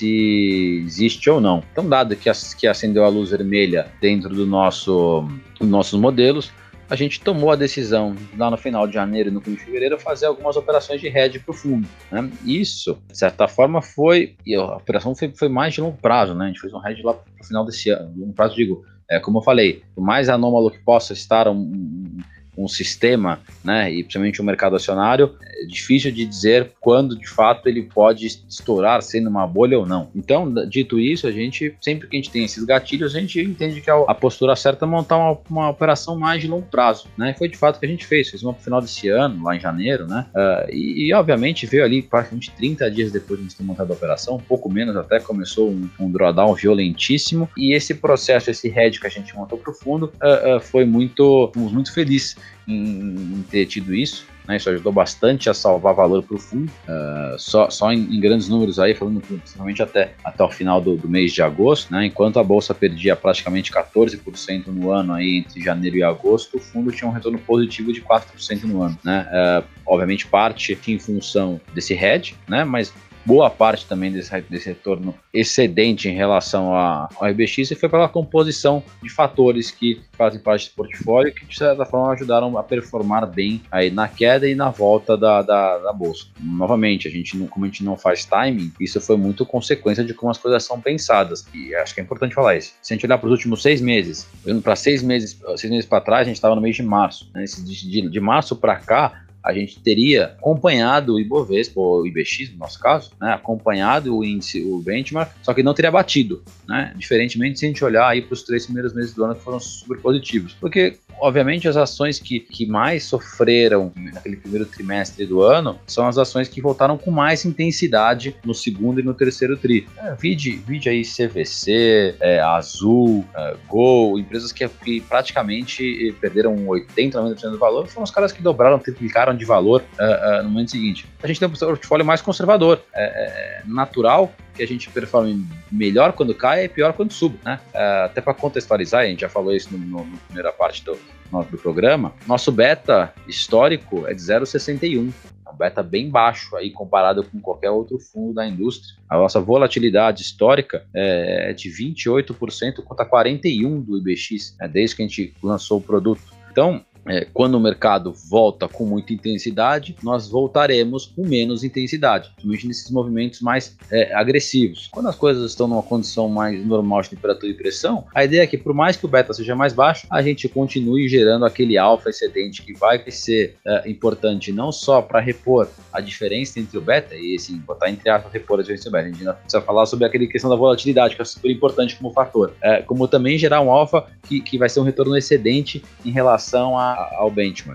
se existe ou não. Então, dado que, que acendeu a luz vermelha dentro do nosso, dos nossos modelos, a gente tomou a decisão, lá no final de janeiro e no começo de fevereiro, fazer algumas operações de hedge para o fundo, né? Isso, de certa forma, foi... E a operação foi, foi mais de longo prazo, né? A gente fez um hedge lá para o final desse ano. Longo prazo, digo, é, como eu falei, por mais anômalo que possa estar um, um um sistema, né, e principalmente o mercado acionário, é difícil de dizer quando de fato ele pode estourar sendo uma bolha ou não. Então, dito isso, a gente, sempre que a gente tem esses gatilhos, a gente entende que a postura certa é montar uma, uma operação mais de longo prazo, né, foi de fato o que a gente fez, fez uma no final desse ano, lá em janeiro, né, uh, e, e obviamente veio ali praticamente trinta dias depois de a gente ter montado a operação, um pouco menos até, começou um, um drawdown violentíssimo, e esse processo, esse hedge que a gente montou para o fundo, uh, uh, foi muito, fomos muito felizes Em, em ter tido isso, né? Isso ajudou bastante a salvar valor para o fundo, uh, só, só em, em grandes números aí, falando principalmente até, até o final do, do mês de agosto, né? Enquanto a bolsa perdia praticamente quatorze por cento no ano aí, entre janeiro e agosto, o fundo tinha um retorno positivo de quatro por cento no ano, né? Uh, obviamente parte em função desse hedge, né? Mas boa parte também desse, desse retorno excedente em relação a, ao R B X e foi pela composição de fatores que fazem parte do portfólio que de certa forma ajudaram a performar bem aí na queda e na volta da, da, da bolsa. Novamente, a gente não, como a gente não faz timing, isso foi muito consequência de como as coisas são pensadas e acho que é importante falar isso. Se a gente olhar para os últimos seis meses, olhando para seis meses, seis meses para trás, a gente estava no mês de março, né? de, de, de março para cá, a gente teria acompanhado o Ibovespa, ou o I B X no nosso caso, né, acompanhado o índice, o benchmark, só que não teria batido, né, diferentemente se a gente olhar aí para os três primeiros meses do ano que foram super positivos, porque obviamente as ações que, que mais sofreram naquele primeiro trimestre do ano são as ações que voltaram com mais intensidade no segundo e no terceiro tri. É, vide, vide aí C V C, é, Azul, é, Gol, empresas que, que praticamente perderam oitenta, noventa por cento do valor, foram os caras que dobraram, triplicaram de valor uh, uh, no momento seguinte. A gente tem um portfólio mais conservador, é, é natural que a gente performe melhor quando cai e pior quando sube, né? Uh, até para contextualizar, a gente já falou isso no, no, na primeira parte do, do programa, nosso beta histórico é de zero vírgula sessenta e um, é um beta bem baixo aí comparado com qualquer outro fundo da indústria. A nossa volatilidade histórica é de vinte e oito por cento contra quarenta e um por cento do I B X, né, desde que a gente lançou o produto. Então, É, quando o mercado volta com muita intensidade, nós voltaremos com menos intensidade, principalmente nesses movimentos mais é, agressivos. Quando as coisas estão numa condição mais normal de temperatura e pressão, a ideia é que, por mais que o beta seja mais baixo, a gente continue gerando aquele alfa excedente que vai ser é, importante não só para repor a diferença entre o beta, e assim, botar entre aspas, repor a diferença entre o beta. A gente ainda precisa falar sobre aquela questão da volatilidade, que é super importante como fator, é, como também gerar um alfa que, que vai ser um retorno excedente em relação a ao benchmark.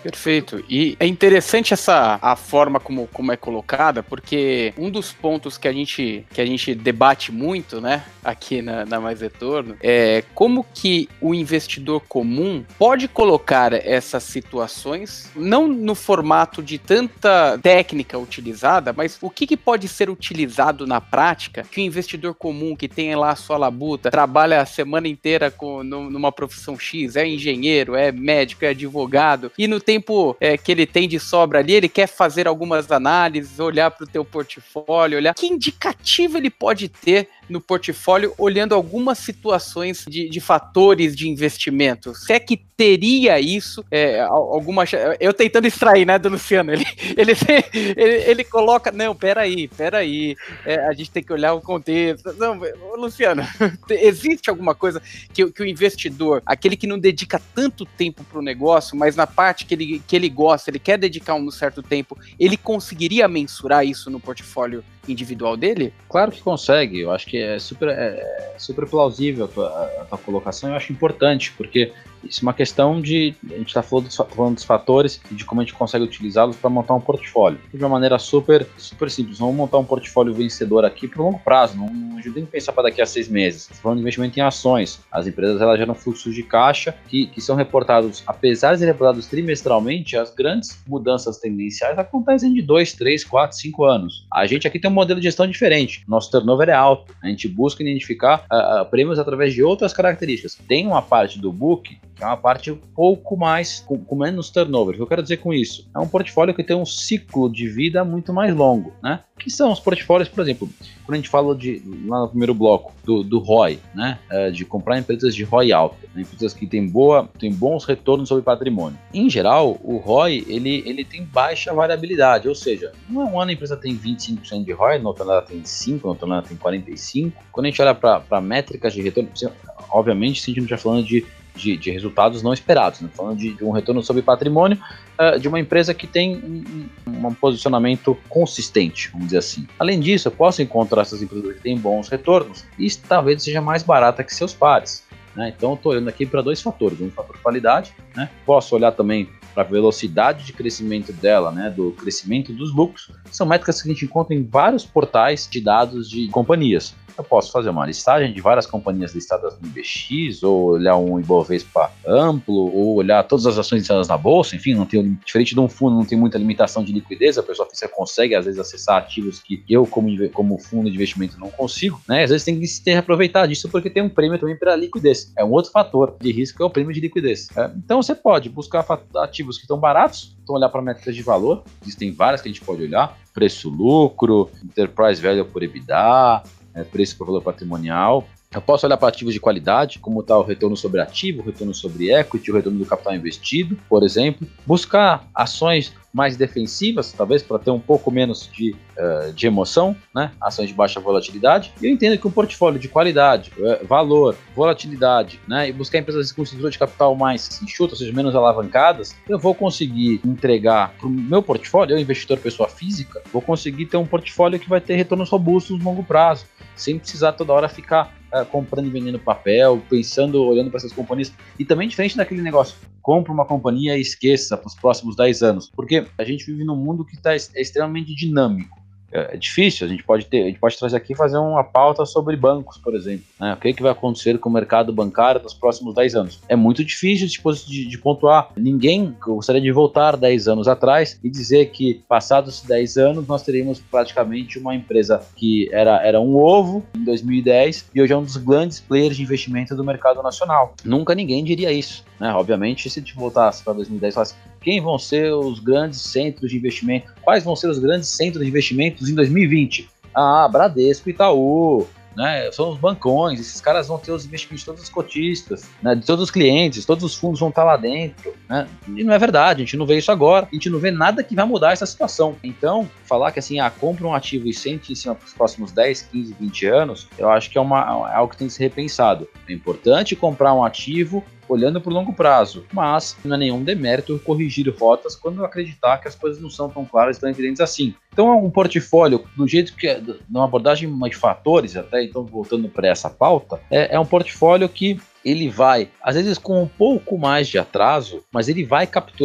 Perfeito. E é interessante essa a forma como, como é colocada, porque um dos pontos que a gente, que a gente debate muito, né, aqui na, na Mais Retorno, é como que o investidor comum pode colocar essas situações, não no formato de tanta técnica utilizada, mas o que, que pode ser utilizado na prática, que o investidor comum que tem lá a sua labuta, trabalha a semana inteira com, numa profissão X, é engenheiro, é médico, é advogado, e no tempo é, que ele tem de sobra ali, ele quer fazer algumas análises, olhar para o teu portfólio, olhar que indicativo ele pode ter no portfólio, olhando algumas situações de, de fatores de investimento. Se é que teria isso, é, alguma... Eu tentando extrair, né, do Luciano, ele, ele, ele, ele coloca... Não, peraí, peraí, é, a gente tem que olhar o contexto. Não, Luciano, existe alguma coisa que, que o investidor, aquele que não dedica tanto tempo para o negócio, mas na parte que ele, que ele gosta, ele quer dedicar um certo tempo, ele conseguiria mensurar isso no portfólio individual dele? Claro que consegue, eu acho que é super, é, é super plausível a tua, a tua colocação, eu acho importante, porque isso é uma questão de, a gente está falando, falando dos fatores e de como a gente consegue utilizá-los para montar um portfólio. De uma maneira super, super simples, vamos montar um portfólio vencedor aqui para longo prazo, não, não ajuda nem pensar para daqui a seis meses. Estamos falando de investimento em ações, as empresas elas geram fluxos de caixa que, que são reportados, apesar de serem reportados trimestralmente, as grandes mudanças tendenciais acontecem de dois, três, quatro, cinco anos. A gente aqui tem um modelo de gestão diferente, nosso turnover é alto, a gente busca identificar uh, uh, prêmios através de outras características. Tem uma parte do book que é uma parte um pouco mais, com, com menos turnover. O que eu quero dizer com isso? É um portfólio que tem um ciclo de vida muito mais longo, né? Que são os portfólios, por exemplo, quando a gente fala de, lá no primeiro bloco, do, do R O I, né? É, de comprar empresas de R O I alto, né? Empresas que têm, boa, têm bons retornos sobre patrimônio. Em geral, o R O I, ele, ele tem baixa variabilidade, ou seja, um ano a empresa tem vinte e cinco por cento de R O I, no outro ano ela tem cinco por cento, no outro ano ela tem quarenta e cinco por cento. Quando a gente olha para métricas de retorno, obviamente, se a gente não está falando de De, de resultados não esperados, né? Falando de, de um retorno sobre patrimônio uh, de uma empresa que tem um, um, um posicionamento consistente, vamos dizer assim. Além disso, eu posso encontrar essas empresas que têm bons retornos e talvez seja mais barata que seus pares, né? Então eu estou olhando aqui para dois fatores, um fator qualidade, né? Posso olhar também para a velocidade de crescimento dela, né? Do crescimento dos lucros, são métricas que a gente encontra em vários portais de dados de companhias. Eu posso fazer uma listagem de várias companhias listadas no I B X, ou olhar um Ibovespa amplo, ou olhar todas as ações listadas na bolsa, enfim, não tem, diferente de um fundo, não tem muita limitação de liquidez, a pessoa física consegue, às vezes, acessar ativos que eu, como, como fundo de investimento, não consigo, né? Às vezes tem que se ter aproveitar disso, porque tem um prêmio também pela liquidez. É um outro fator de risco, é o prêmio de liquidez. É, então você pode buscar ativos que estão baratos, então olhar para métricas de valor, existem várias que a gente pode olhar, preço-lucro, enterprise value por EBITDA, É, preço por valor patrimonial. Eu posso olhar para ativos de qualidade, como está o retorno sobre ativo, o retorno sobre equity, o retorno do capital investido, por exemplo. Buscar ações mais defensivas, talvez para ter um pouco menos de, uh, de emoção, né? Ações de baixa volatilidade. E eu entendo que um portfólio de qualidade, uh, valor, volatilidade, né? E buscar empresas com estrutura de capital mais enxuta, ou seja, menos alavancadas, eu vou conseguir entregar para o meu portfólio, eu investidor pessoa física, vou conseguir ter um portfólio que vai ter retornos robustos no longo prazo, sem precisar toda hora ficar uh, comprando e vendendo papel, pensando, olhando para essas companhias. E também diferente daquele negócio, compra uma companhia e esqueça para os próximos dez anos, porque a gente vive num mundo que tá, é extremamente dinâmico. É difícil, a gente pode ter, a gente pode trazer aqui e fazer uma pauta sobre bancos, por exemplo, né? O que, que vai acontecer com o mercado bancário nos próximos dez anos? É muito difícil de, de pontuar. Ninguém gostaria de voltar dez anos atrás e dizer que passados dez anos nós teríamos praticamente uma empresa que era, era um ovo em dois mil e dez e hoje é um dos grandes players de investimento do mercado nacional. Nunca ninguém diria isso, né? Obviamente, se a gente voltasse para dois mil e dez e falasse quem vão ser os grandes centros de investimento, quais vão ser os grandes centros de investimentos em dois mil e vinte? Ah, Bradesco, Itaú, né? São os bancões, esses caras vão ter os investimentos de todos os cotistas, né? De todos os clientes, todos os fundos vão estar lá dentro, né? E não é verdade, a gente não vê isso agora, a gente não vê nada que vai mudar essa situação. Então, falar que assim, ah, compra um ativo e sente em cima para os próximos dez, quinze, vinte anos, eu acho que é, uma, é algo que tem que ser repensado. É importante comprar um ativo olhando para o longo prazo, mas não é nenhum demérito corrigir rotas quando acreditar que as coisas não são tão claras e tão evidentes assim. Então é um portfólio, do jeito que é, numa abordagem de fatores, até então voltando para essa pauta, é, é um portfólio que ele vai, às vezes com um pouco mais de atraso, mas ele vai capturar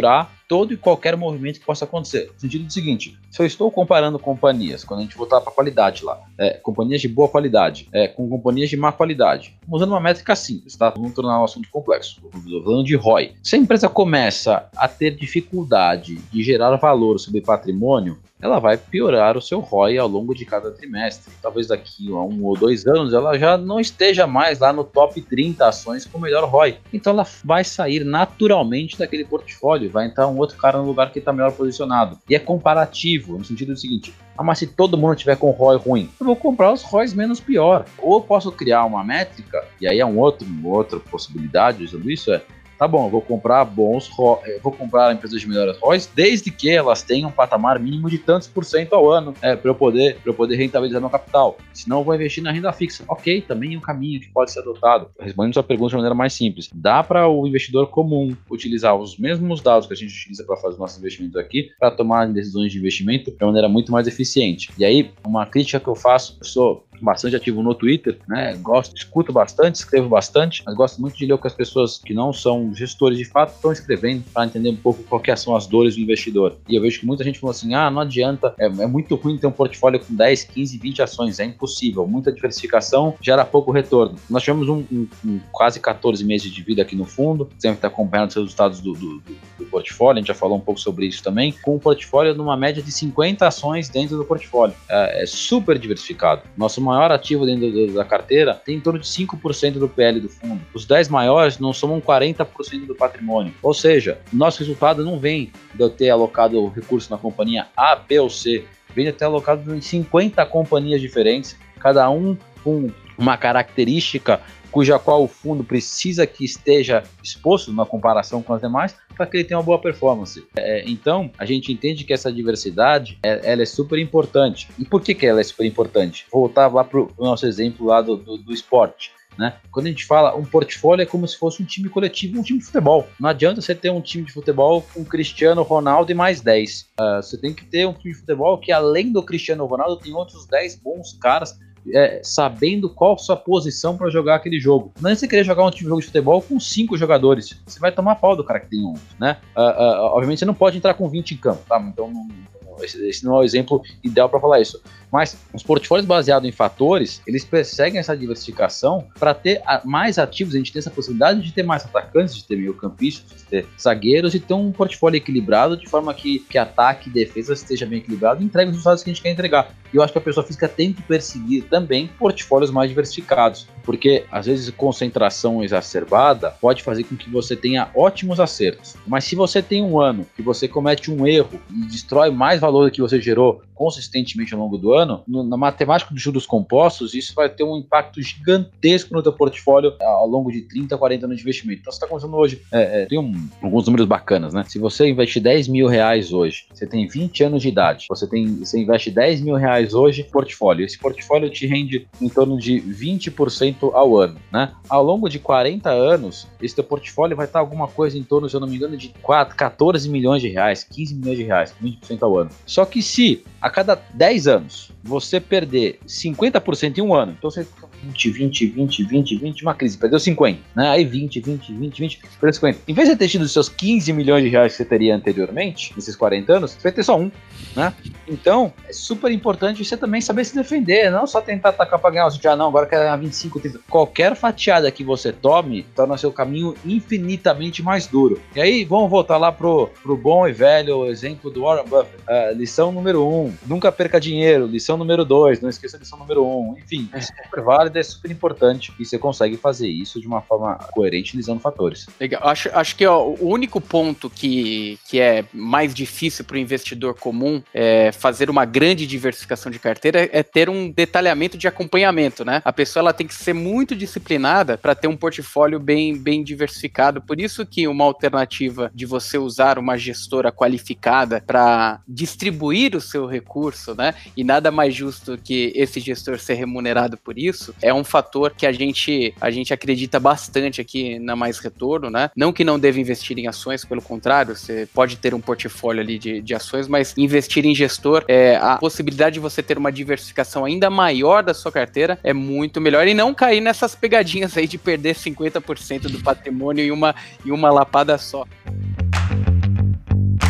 todo e qualquer movimento que possa acontecer. No sentido do seguinte, se eu estou comparando companhias, quando a gente voltar para a qualidade lá, é, companhias de boa qualidade, é, com companhias de má qualidade, usando uma métrica simples, tá? Vamos tornar um assunto complexo. Estou falando de R O I. Se a empresa começa a ter dificuldade de gerar valor sobre patrimônio, ela vai piorar o seu R O I ao longo de cada trimestre. Talvez daqui a um ou dois anos ela já não esteja mais lá no top trinta ações com melhor R O I. Então ela vai sair naturalmente daquele portfólio, vai entrar um outro cara no lugar que está melhor posicionado. E é comparativo, no sentido do seguinte, ah, mas se todo mundo tiver com R O I ruim, eu vou comprar os R O Is menos pior. Ou eu posso criar uma métrica, e aí é um outro, uma outra possibilidade usando isso, é tá bom, eu vou comprar bons R O I, eu vou comprar empresas de melhores R O Is, desde que elas tenham um patamar mínimo de tantos por cento ao ano, é, para eu poder, para eu poder rentabilizar meu capital. Senão eu vou investir na renda fixa. Ok, também é um caminho que pode ser adotado. Respondendo sua pergunta de maneira mais simples, dá para o investidor comum utilizar os mesmos dados que a gente utiliza para fazer nossos investimentos aqui, para tomar decisões de investimento de maneira muito mais eficiente. E aí, uma crítica que eu faço, eu sou bastante ativo no Twitter, né? Gosto, escuto bastante, escrevo bastante, mas gosto muito de ler o que as pessoas que não são gestores de fato estão escrevendo para entender um pouco qual que são as dores do investidor. E eu vejo que muita gente fala assim, ah, não adianta, é, é muito ruim ter um portfólio com dez, quinze, vinte ações, é impossível, muita diversificação gera pouco retorno. Nós tivemos um, um, um quase catorze meses de vida aqui no fundo, sempre está acompanhando os resultados do, do, do, do portfólio, a gente já falou um pouco sobre isso também, com um portfólio numa média de cinquenta ações dentro do portfólio. É, é super diversificado. Nosso maior ativo dentro do, da carteira tem em torno de cinco por cento do P L do fundo. Os dez maiores não somam quarenta por cento do patrimônio. Ou seja, nosso resultado não vem de eu ter alocado recurso na companhia A, B ou C, vem de eu ter alocado em cinquenta companhias diferentes, cada um com uma característica cuja qual o fundo precisa que esteja exposto na comparação com as demais para que ele tenha uma boa performance. É, então, a gente entende que essa diversidade é, ela é super importante. E por que, que ela é super importante? Vou voltar lá para o nosso exemplo lá do, do, do esporte. Né? Quando a gente fala um portfólio é como se fosse um time coletivo, um time de futebol. Não adianta você ter um time de futebol com Cristiano Ronaldo e mais dez. Uh, você tem que ter um time de futebol que além do Cristiano Ronaldo tem outros dez bons caras É, sabendo qual sua posição para jogar aquele jogo. Não é você querer jogar um time de jogo de futebol com cinco jogadores. Você vai tomar pau do cara que tem um, né? Uh, uh, obviamente você não pode entrar com vinte em campo, tá? Então não, esse, esse não é o exemplo ideal para falar isso. Mas os portfólios baseados em fatores, eles perseguem essa diversificação para ter a, mais ativos. A gente tem essa possibilidade de ter mais atacantes, de ter meio-campistas, de ter zagueiros e ter um portfólio equilibrado de forma que, que ataque e defesa esteja bem equilibrado e entregue os resultados que a gente quer entregar. E eu acho que a pessoa física tem que perseguir também portfólios mais diversificados, porque às vezes concentração exacerbada pode fazer com que você tenha ótimos acertos. Mas se você tem um ano que você comete um erro e destrói mais valor do que você gerou consistentemente ao longo do ano, no, na matemática dos juros compostos, isso vai ter um impacto gigantesco no teu portfólio ao longo de trinta, quarenta anos de investimento. Então você está começando hoje, é, é, tem um, alguns números bacanas, né? Se você investe dez mil reais hoje, você tem vinte anos de idade, você, tem, você investe dez mil reais hoje no portfólio, esse portfólio te rende em torno de vinte por cento ao ano, né? Ao longo de quarenta anos, esse teu portfólio vai estar alguma coisa em torno, se eu não me engano, de quatro, catorze milhões de reais, quinze milhões de reais, vinte por cento ao ano. Só que se a cada dez anos você perder cinquenta por cento em um ano, então você vinte, vinte, vinte, vinte, vinte, uma crise, perdeu cinquenta, né? Aí vinte, vinte, vinte, vinte, perdeu cinquenta. Em vez de ter tido os seus quinze milhões de reais que você teria anteriormente, nesses quarenta anos, você vai ter só um, né? Então, é super importante você também saber se defender, não só tentar atacar para ganhar, já não, agora quer ganhar vinte e cinco, trinta. Qualquer fatiada que você tome torna seu caminho infinitamente mais duro. E aí, vamos voltar lá pro, pro bom e velho exemplo do Warren Buffett. Uh, lição número um, nunca perca dinheiro. Lição número dois, não esqueça a lição número um. Enfim, é super válido, é super importante e você consegue fazer isso de uma forma coerente utilizando fatores. Legal. Acho, acho que ó, o único ponto que, que é mais difícil para o investidor comum é fazer uma grande diversificação de carteira é ter um detalhamento de acompanhamento, né? A pessoa ela tem que ser muito disciplinada para ter um portfólio bem, bem diversificado. Por isso que uma alternativa de você usar uma gestora qualificada para distribuir o seu recurso, né? E nada mais justo que esse gestor ser remunerado por isso, é um fator que a gente, a gente acredita bastante aqui na Mais Retorno, né? Não que não deva investir em ações, pelo contrário, você pode ter um portfólio ali de, de ações, mas investir em gestor, é, a possibilidade de você ter uma diversificação ainda maior da sua carteira é muito melhor e não cair nessas pegadinhas aí de perder cinquenta por cento do patrimônio em uma, em uma lapada só.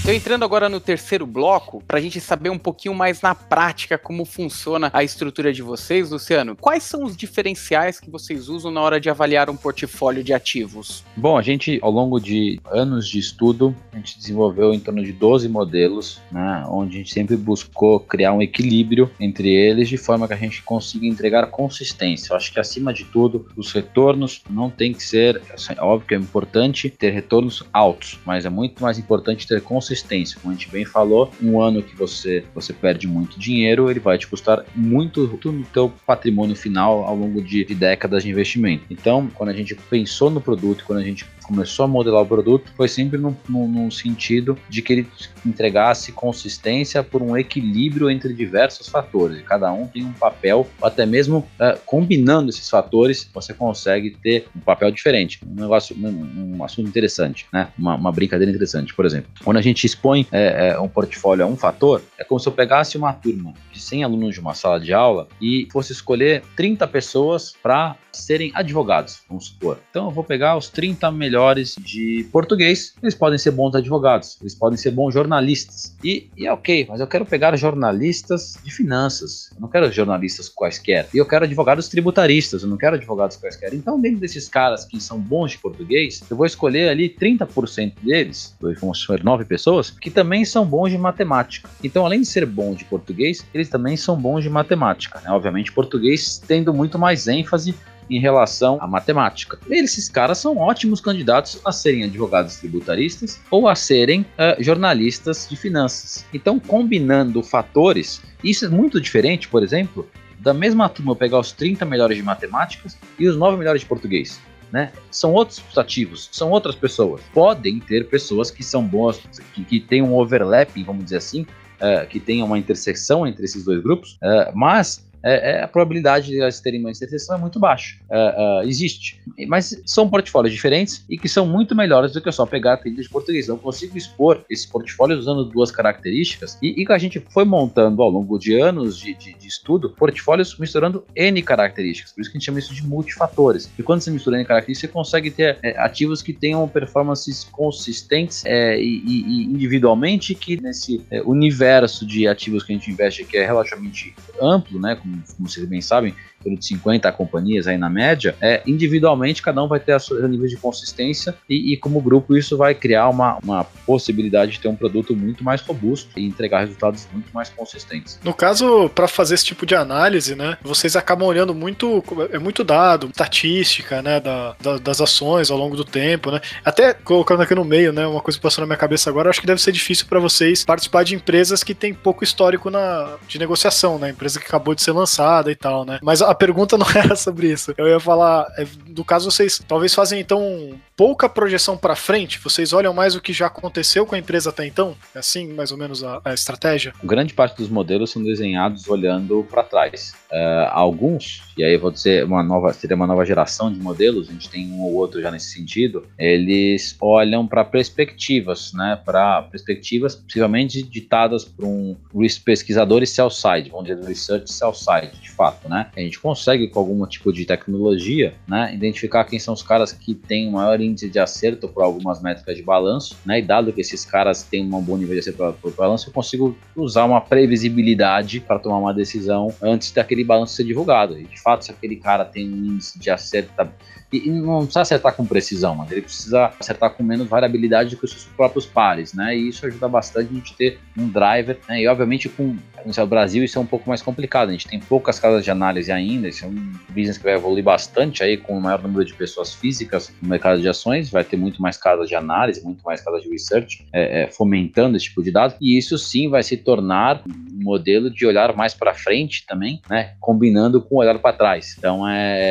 Então, entrando agora no terceiro bloco, para a gente saber um pouquinho mais na prática como funciona a estrutura de vocês, Luciano, quais são os diferenciais que vocês usam na hora de avaliar um portfólio de ativos? Bom, a gente, ao longo de anos de estudo, a gente desenvolveu em torno de doze modelos, né, onde a gente sempre buscou criar um equilíbrio entre eles, de forma que a gente consiga entregar consistência. Eu acho que, acima de tudo, os retornos não tem que ser, assim, óbvio que é importante ter retornos altos, mas é muito mais importante ter consistência. Como a gente bem falou, um ano que você, você perde muito dinheiro, ele vai te custar muito no teu patrimônio final ao longo de, de décadas de investimento. Então, quando a gente pensou no produto, quando a gente começou a modelar o produto, foi sempre no, no, no sentido de que ele entregasse consistência por um equilíbrio entre diversos fatores. Cada um tem um papel, até mesmo uh, combinando esses fatores, você consegue ter um papel diferente. Um negócio, um, um assunto interessante, né? Uma, uma brincadeira interessante. Por exemplo, quando a gente expõe é, é, um portfólio a um fator, é como se eu pegasse uma turma de cem alunos de uma sala de aula e fosse escolher trinta pessoas para serem advogados, vamos supor. Então eu vou pegar os trinta melhores de português, eles podem ser bons advogados, eles podem ser bons jornalistas, e, e é ok, mas eu quero pegar jornalistas de finanças, eu não quero jornalistas quaisquer, e eu quero advogados tributaristas, eu não quero advogados quaisquer. Então, dentro desses caras que são bons de português, eu vou escolher ali trinta por cento deles, vamos ser nove pessoas, que também são bons de matemática. Então, além de ser bons de português, eles também são bons de matemática, né? Obviamente, português tendo muito mais ênfase em relação à matemática. Esses caras são ótimos candidatos a serem advogados tributaristas ou a serem uh, jornalistas de finanças. Então, combinando fatores, isso é muito diferente, por exemplo, da mesma turma eu pegar os trinta melhores de matemáticas e os nove melhores de português. Né? São outros ativos, são outras pessoas. Podem ter pessoas que são boas, que, que têm um overlapping, vamos dizer assim, uh, que tenham uma intersecção entre esses dois grupos, uh, mas É, é, a probabilidade de elas terem uma interseção é muito baixa. É, é, existe. Mas são portfólios diferentes e que são muito melhores do que só pegar a trilha de português. Eu consigo expor esse portfólio usando duas características e, e que a gente foi montando ao longo de anos de, de, de estudo, portfólios misturando N características. Por isso que a gente chama isso de multifatores. E quando você mistura N características, você consegue ter é, ativos que tenham performances consistentes é, e, e individualmente, que nesse é, universo de ativos que a gente investe, que é relativamente amplo, né, como como vocês bem sabem, de cinquenta companhias aí na média, é, individualmente cada um vai ter seu nível de consistência e, e como grupo isso vai criar uma, uma possibilidade de ter um produto muito mais robusto e entregar resultados muito mais consistentes. No caso, para fazer esse tipo de análise, né, vocês acabam olhando muito, é muito dado, estatística, né, da, da, das ações ao longo do tempo, né, até colocando aqui no meio, né, uma coisa que passou na minha cabeça agora, acho que deve ser difícil para vocês participar de empresas que têm pouco histórico na, de negociação, né, empresa que acabou de ser lançada e tal, né, mas a pergunta não era sobre isso. Eu ia falar, no caso vocês talvez fazem então pouca projeção para frente, vocês olham mais o que já aconteceu com a empresa até então? É assim mais ou menos a, a estratégia? Grande parte dos modelos são desenhados olhando para trás. Uh, alguns, e aí eu vou dizer uma nova, seria uma nova geração de modelos, a gente tem um ou outro já nesse sentido, eles olham para perspectivas, né, para perspectivas possivelmente ditadas por um pesquisador e sell-side, vamos dizer, research sell-side, de fato, né? A gente consegue, com algum tipo de tecnologia, né, identificar quem são os caras que têm o maior índice de acerto por algumas métricas de balanço, né, e dado que esses caras têm um bom nível de acerto por balanço, eu consigo usar uma previsibilidade para tomar uma decisão antes daquele balanço ser divulgado. E de fato, se aquele cara tem um índice de acerto, e não precisa acertar com precisão, mas ele precisa acertar com menos variabilidade do que os seus próprios pares, né, e isso ajuda bastante a gente ter um driver, né, e obviamente com no Brasil isso é um pouco mais complicado, a gente tem poucas casas de análise ainda, esse é um business que vai evoluir bastante aí com o maior número de pessoas físicas no mercado de ações, vai ter muito mais casas de análise, muito mais casas de research é, é, fomentando esse tipo de dados, e isso sim vai se tornar um modelo de olhar mais para frente também, né, combinando com o olhar para trás. Então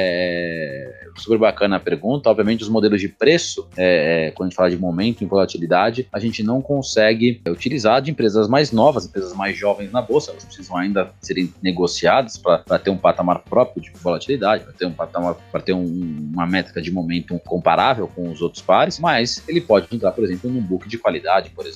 é super bacana a pergunta. Obviamente os modelos de preço, é, quando a gente fala de momento em volatilidade, a gente não consegue utilizar de empresas mais novas, empresas mais jovens na bolsa, elas precisam ainda serem negociadas para ter um patamar próprio de volatilidade, para ter um patamar, para ter um, uma métrica de momento comparável com os outros pares, mas ele pode entrar, por exemplo, num book de qualidade, por exemplo,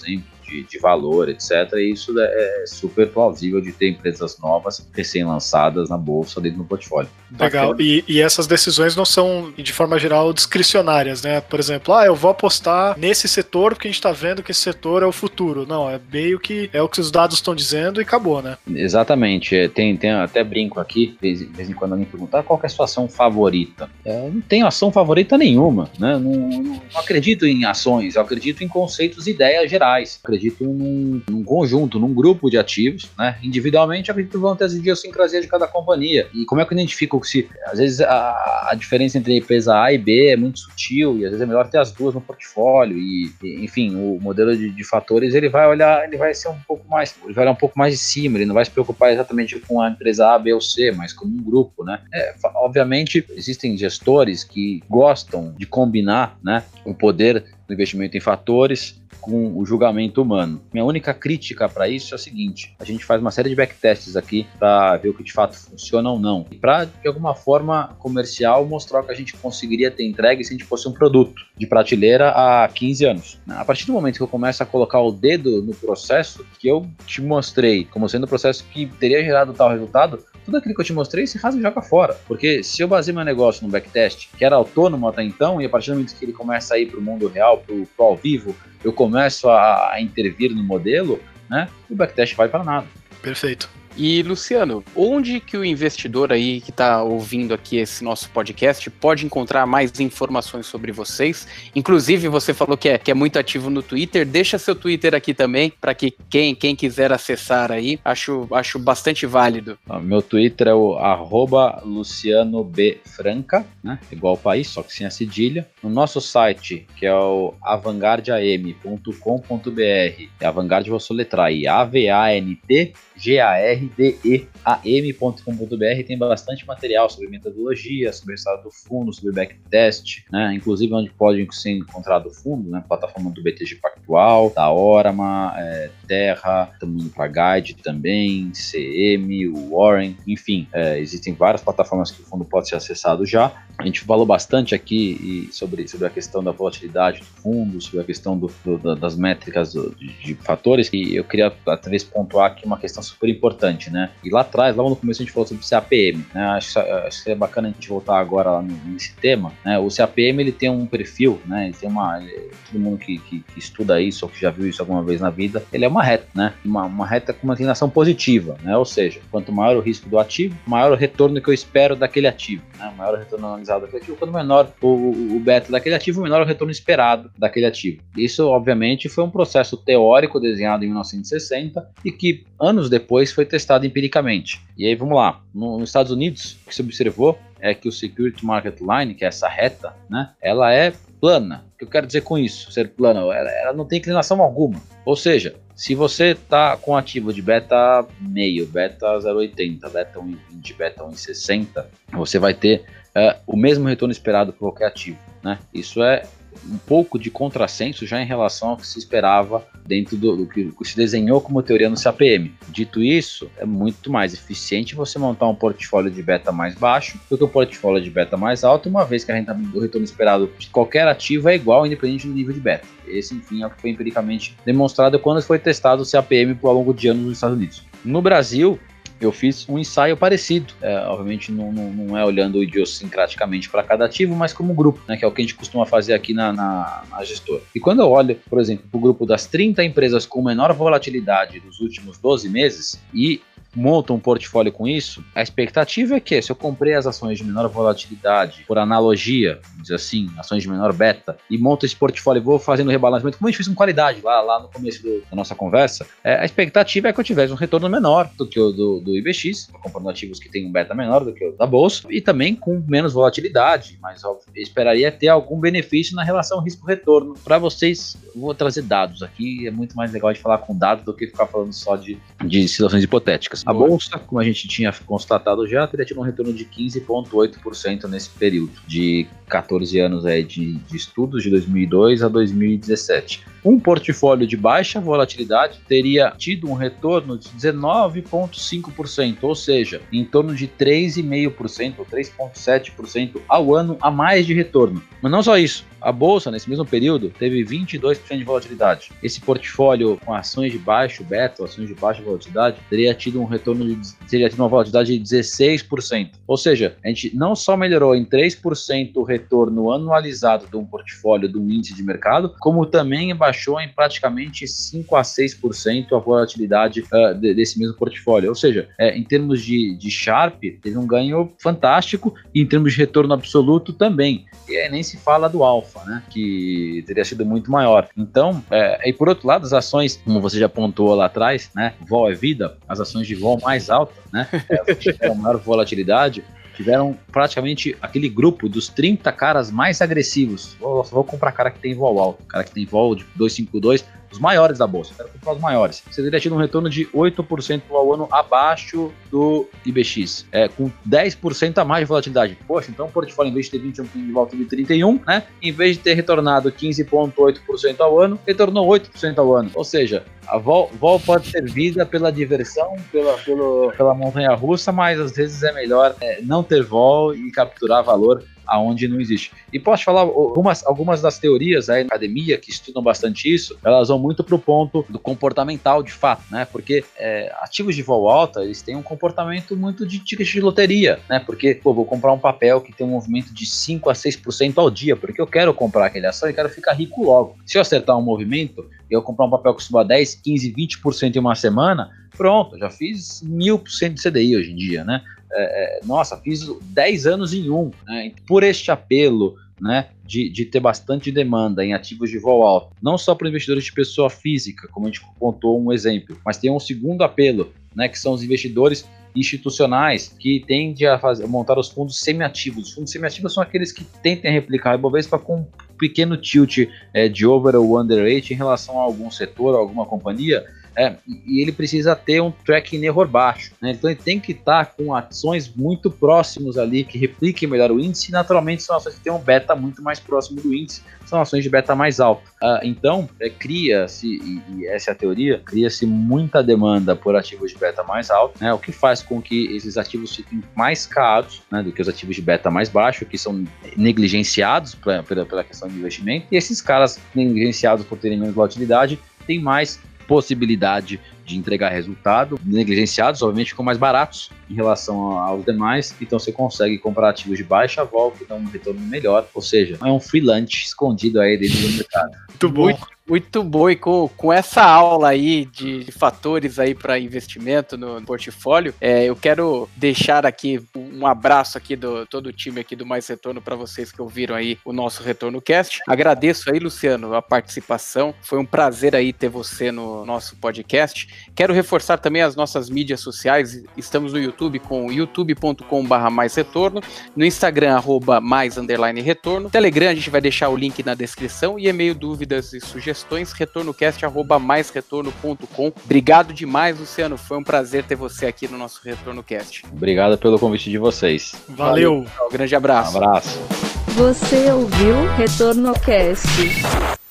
de, de valor, etcétera. E isso é super plausível de ter empresas novas, recém-lançadas na bolsa dentro do portfólio. Legal, e, e essas decisões não são, de forma geral, discricionárias, né? Por exemplo, ah, eu vou apostar nesse setor porque a gente tá vendo que esse setor é o futuro. Não, é meio que é o que os dados estão dizendo e acabou, né? Exatamente, tem, tem até brinco aqui, de vez em quando alguém pergunta, ah, qual que é a sua ação favorita? Eu não tenho ação favorita nenhuma, né? Não, não, não acredito em ações, eu acredito em conceitos e ideias gerais, acredito num, num conjunto, num grupo de ativos, né? Individualmente, acredito que vão ter as idiosincrasias de cada companhia. E como é que eu identifico se, às vezes, a, a diferença entre a empresa A e B é muito sutil, e às vezes é melhor ter as duas no portfólio, e, e enfim, o modelo de, de fatores, ele vai olhar, ele vai ser um pouco mais, ele vai olhar um pouco mais de cima, ele não vai se preocupar exatamente com a empresa A, B ou C, mas como um grupo, né? É, obviamente, existem gestores que gostam de combinar, né, o poder do investimento em fatores com o julgamento humano. Minha única crítica para isso é a seguinte: a gente faz uma série de backtests aqui para ver o que de fato funciona ou não, e para, de alguma forma comercial, mostrar o que a gente conseguiria ter entregue se a gente fosse um produto de prateleira há quinze anos. A partir do momento que eu começo a colocar o dedo no processo que eu te mostrei como sendo o processo que teria gerado tal resultado, tudo aquilo que eu te mostrei se rasga e joga fora. Porque se eu baseio meu negócio no backtest, que era autônomo até então, e a partir do momento que ele começa a ir para o mundo real, para o ao vivo, eu começo a, a intervir no modelo, né, o backtest vai para nada. Perfeito. E, Luciano, onde que o investidor aí que está ouvindo aqui esse nosso podcast pode encontrar mais informações sobre vocês? Inclusive, você falou que é, que é muito ativo no Twitter. Deixa seu Twitter aqui também, para que quem, quem quiser acessar aí, acho, acho bastante válido. O meu Twitter é o arroba Luciano B. Franca, né? Igual o país, só que sem a cedilha. No nosso site, que é o avangardeam ponto com ponto b r, é Avangard, vou soletrar aí, A V A N T G A R D E A M ponto com ponto b r, tem bastante material sobre metodologia, sobre o resultado do fundo, sobre backtest, né? Inclusive onde pode ser encontrado o fundo, né? Plataforma do B T G Pactual, da Orama, é, Terra, estamos indo para Guide também, C M, o Warren, enfim, é, existem várias plataformas que o fundo pode ser acessado já. A gente falou bastante aqui sobre, sobre a questão da volatilidade do fundo, sobre a questão do, do, das métricas do, de, de fatores, e eu queria talvez pontuar aqui uma questão super importante, né? E lá atrás, logo no começo a gente falou sobre o C A P M, né? Acho, acho que é bacana a gente voltar agora lá nesse tema, né? O C A P M, ele tem um perfil, né? Ele tem uma... Ele, todo mundo que, que, que estuda isso ou que já viu isso alguma vez na vida, ele é uma reta, né? Uma, uma reta com uma inclinação positiva, né? Ou seja, quanto maior o risco do ativo, maior o retorno que eu espero daquele ativo, né? Maior o retorno analisado daquele ativo, quanto menor o, o, o beta daquele ativo, menor o retorno esperado daquele ativo. Isso, obviamente, foi um processo teórico desenhado em mil novecentos e sessenta e que, anos depois, foi testado empiricamente. E aí, vamos lá. No, nos Estados Unidos, o que se observou é que o Security Market Line, que é essa reta, né? Ela é plana. O que eu quero dizer com isso? Ser plana, ela, ela não tem inclinação alguma. Ou seja, se você está com ativo de beta meio, beta zero vírgula oitenta, beta um vírgula vinte, beta um vírgula sessenta, você vai ter uh, o mesmo retorno esperado por qualquer ativo, né? Isso é um pouco de contrassenso já em relação ao que se esperava dentro do, do que se desenhou como teoria no C A P M. Dito isso, é muito mais eficiente você montar um portfólio de beta mais baixo do que um portfólio de beta mais alto, uma vez que a rentabilidade, o retorno esperado de qualquer ativo é igual, independente do nível de beta. Esse, enfim, é o que foi empiricamente demonstrado quando foi testado o C A P M por ao longo de anos nos Estados Unidos. No Brasil, eu fiz um ensaio parecido, é, obviamente não, não, não é olhando idiosincraticamente para cada ativo, mas como grupo, né, que é o que a gente costuma fazer aqui na, na, na gestora. E quando eu olho, por exemplo, para o grupo das trinta empresas com menor volatilidade dos últimos doze meses e monta um portfólio com isso, a expectativa é que se eu comprei as ações de menor volatilidade, por analogia, diz assim, ações de menor beta, e monto esse portfólio e vou fazendo rebalanceamento, como a gente fez com qualidade lá, lá no começo do, da nossa conversa, é, a expectativa é que eu tivesse um retorno menor do que o do, do I B X, comprando ativos que têm um beta menor do que o da bolsa, e também com menos volatilidade, mas óbvio, eu esperaria ter algum benefício na relação risco-retorno. Para vocês, eu vou trazer dados aqui, é muito mais legal de falar com dados do que ficar falando só de, de situações hipotéticas. A bolsa, como a gente tinha constatado já, teria tido um retorno de quinze vírgula oito por cento nesse período de quatorze anos aí de, de estudos, de dois mil e dois a dois mil e dezessete. Um portfólio de baixa volatilidade teria tido um retorno de dezenove vírgula cinco por cento, ou seja, em torno de três vírgula cinco por cento ou três vírgula sete por cento ao ano a mais de retorno. Mas não só isso, A bolsa, nesse mesmo período, teve vinte e dois por cento de volatilidade. Esse portfólio com ações de baixo beta, ações de baixa volatilidade, teria tido um retorno de, teria tido uma volatilidade de dezesseis por cento. Ou seja, a gente não só melhorou em três por cento o retorno anualizado de um portfólio, de um índice de mercado, como também baixou em praticamente cinco a seis por cento a volatilidade uh, de, desse mesmo portfólio. Ou seja, é, em termos de, de Sharpe, teve um ganho fantástico, e em termos de retorno absoluto também. E aí nem se fala do Alpha, né, que teria sido muito maior. Então, é, e por outro lado, as ações, como você já pontuou lá atrás, né, vol é vida, as ações de vol mais alta, né, é, tiveram maior volatilidade, tiveram praticamente aquele grupo dos trinta caras mais agressivos. Vou, vou comprar cara que tem vol alto, cara que tem vol de duzentos e cinquenta e dois, os maiores da bolsa, quero comprar os maiores. Você teria tido um retorno de oito por cento ao ano abaixo do I B X, é, com dez por cento a mais de volatilidade. Poxa, então o portfólio, em vez de ter vinte e um por cento de volta de trinta e um, né, em vez de ter retornado quinze vírgula oito por cento ao ano, retornou oito por cento ao ano. Ou seja, a vol, vol pode ser vida pela diversão, pela, pelo, pela montanha-russa, mas às vezes é melhor é, não ter vol e capturar valor aonde não existe. E posso falar, algumas, algumas das teorias aí na academia que estudam bastante isso, elas vão muito para o ponto do comportamental de fato, né? Porque é, ativos de vol alta, eles têm um comportamento muito de ticket de loteria, né? Porque, pô, vou comprar um papel que tem um movimento de cinco a seis por cento ao dia, porque eu quero comprar aquele ação e quero ficar rico logo. Se eu acertar um movimento, eu comprar um papel que suba dez, quinze, vinte por cento em uma semana, pronto, já fiz mil por cento de C D I hoje em dia, né? É, nossa, fiz dez anos em um, né? Por este apelo, né, de, de ter bastante demanda em ativos de vol alto, não só para investidores de pessoa física, como a gente contou um exemplo, mas tem um segundo apelo, né, que são os investidores institucionais que tendem a, fazer, a montar os fundos semiativos. Os fundos semiativos são aqueles que tentem replicar a Ibovespa com um pequeno tilt é, de over ou underweight em relação a algum setor, a alguma companhia. É, e ele precisa ter um tracking error baixo, né? Então ele tem que estar tá com ações muito próximos ali, que repliquem melhor o índice, e naturalmente são ações que têm um beta muito mais próximo do índice, são ações de beta mais alto. Uh, então, é, cria-se, e, e essa é a teoria, cria-se muita demanda por ativos de beta mais alto, né? O que faz com que esses ativos fiquem mais caros, né, do que os ativos de beta mais baixo, que são negligenciados pra, pela, pela questão de investimento, e esses caras negligenciados por terem menos volatilidade, têm mais possibilidade de entregar resultado, negligenciados, obviamente ficam mais baratos em relação aos demais, então você consegue comprar ativos de baixa vol que dão um retorno melhor, ou seja, é um free lunch escondido aí dentro do mercado. Muito bom. Muito, muito bom, e com, com essa aula aí de, de fatores aí para investimento no portfólio, é, eu quero deixar aqui um abraço aqui do todo o time aqui do Mais Retorno para vocês que ouviram aí o nosso Retorno Cast. Agradeço aí, Luciano, a participação, foi um prazer aí ter você no nosso podcast. Quero reforçar também as nossas mídias sociais, estamos no YouTube com youtube ponto com barra mais retorno, no Instagram, arroba mais underline retorno, Telegram a gente vai deixar o link na descrição, e e-mail, dúvidas e sugestões, retornocast arroba mais retorno ponto com. Obrigado demais, Luciano, foi um prazer ter você aqui no nosso RetornoCast. Obrigado pelo convite de vocês. Valeu. Valeu. Um grande abraço. Um abraço. Você ouviu RetornoCast.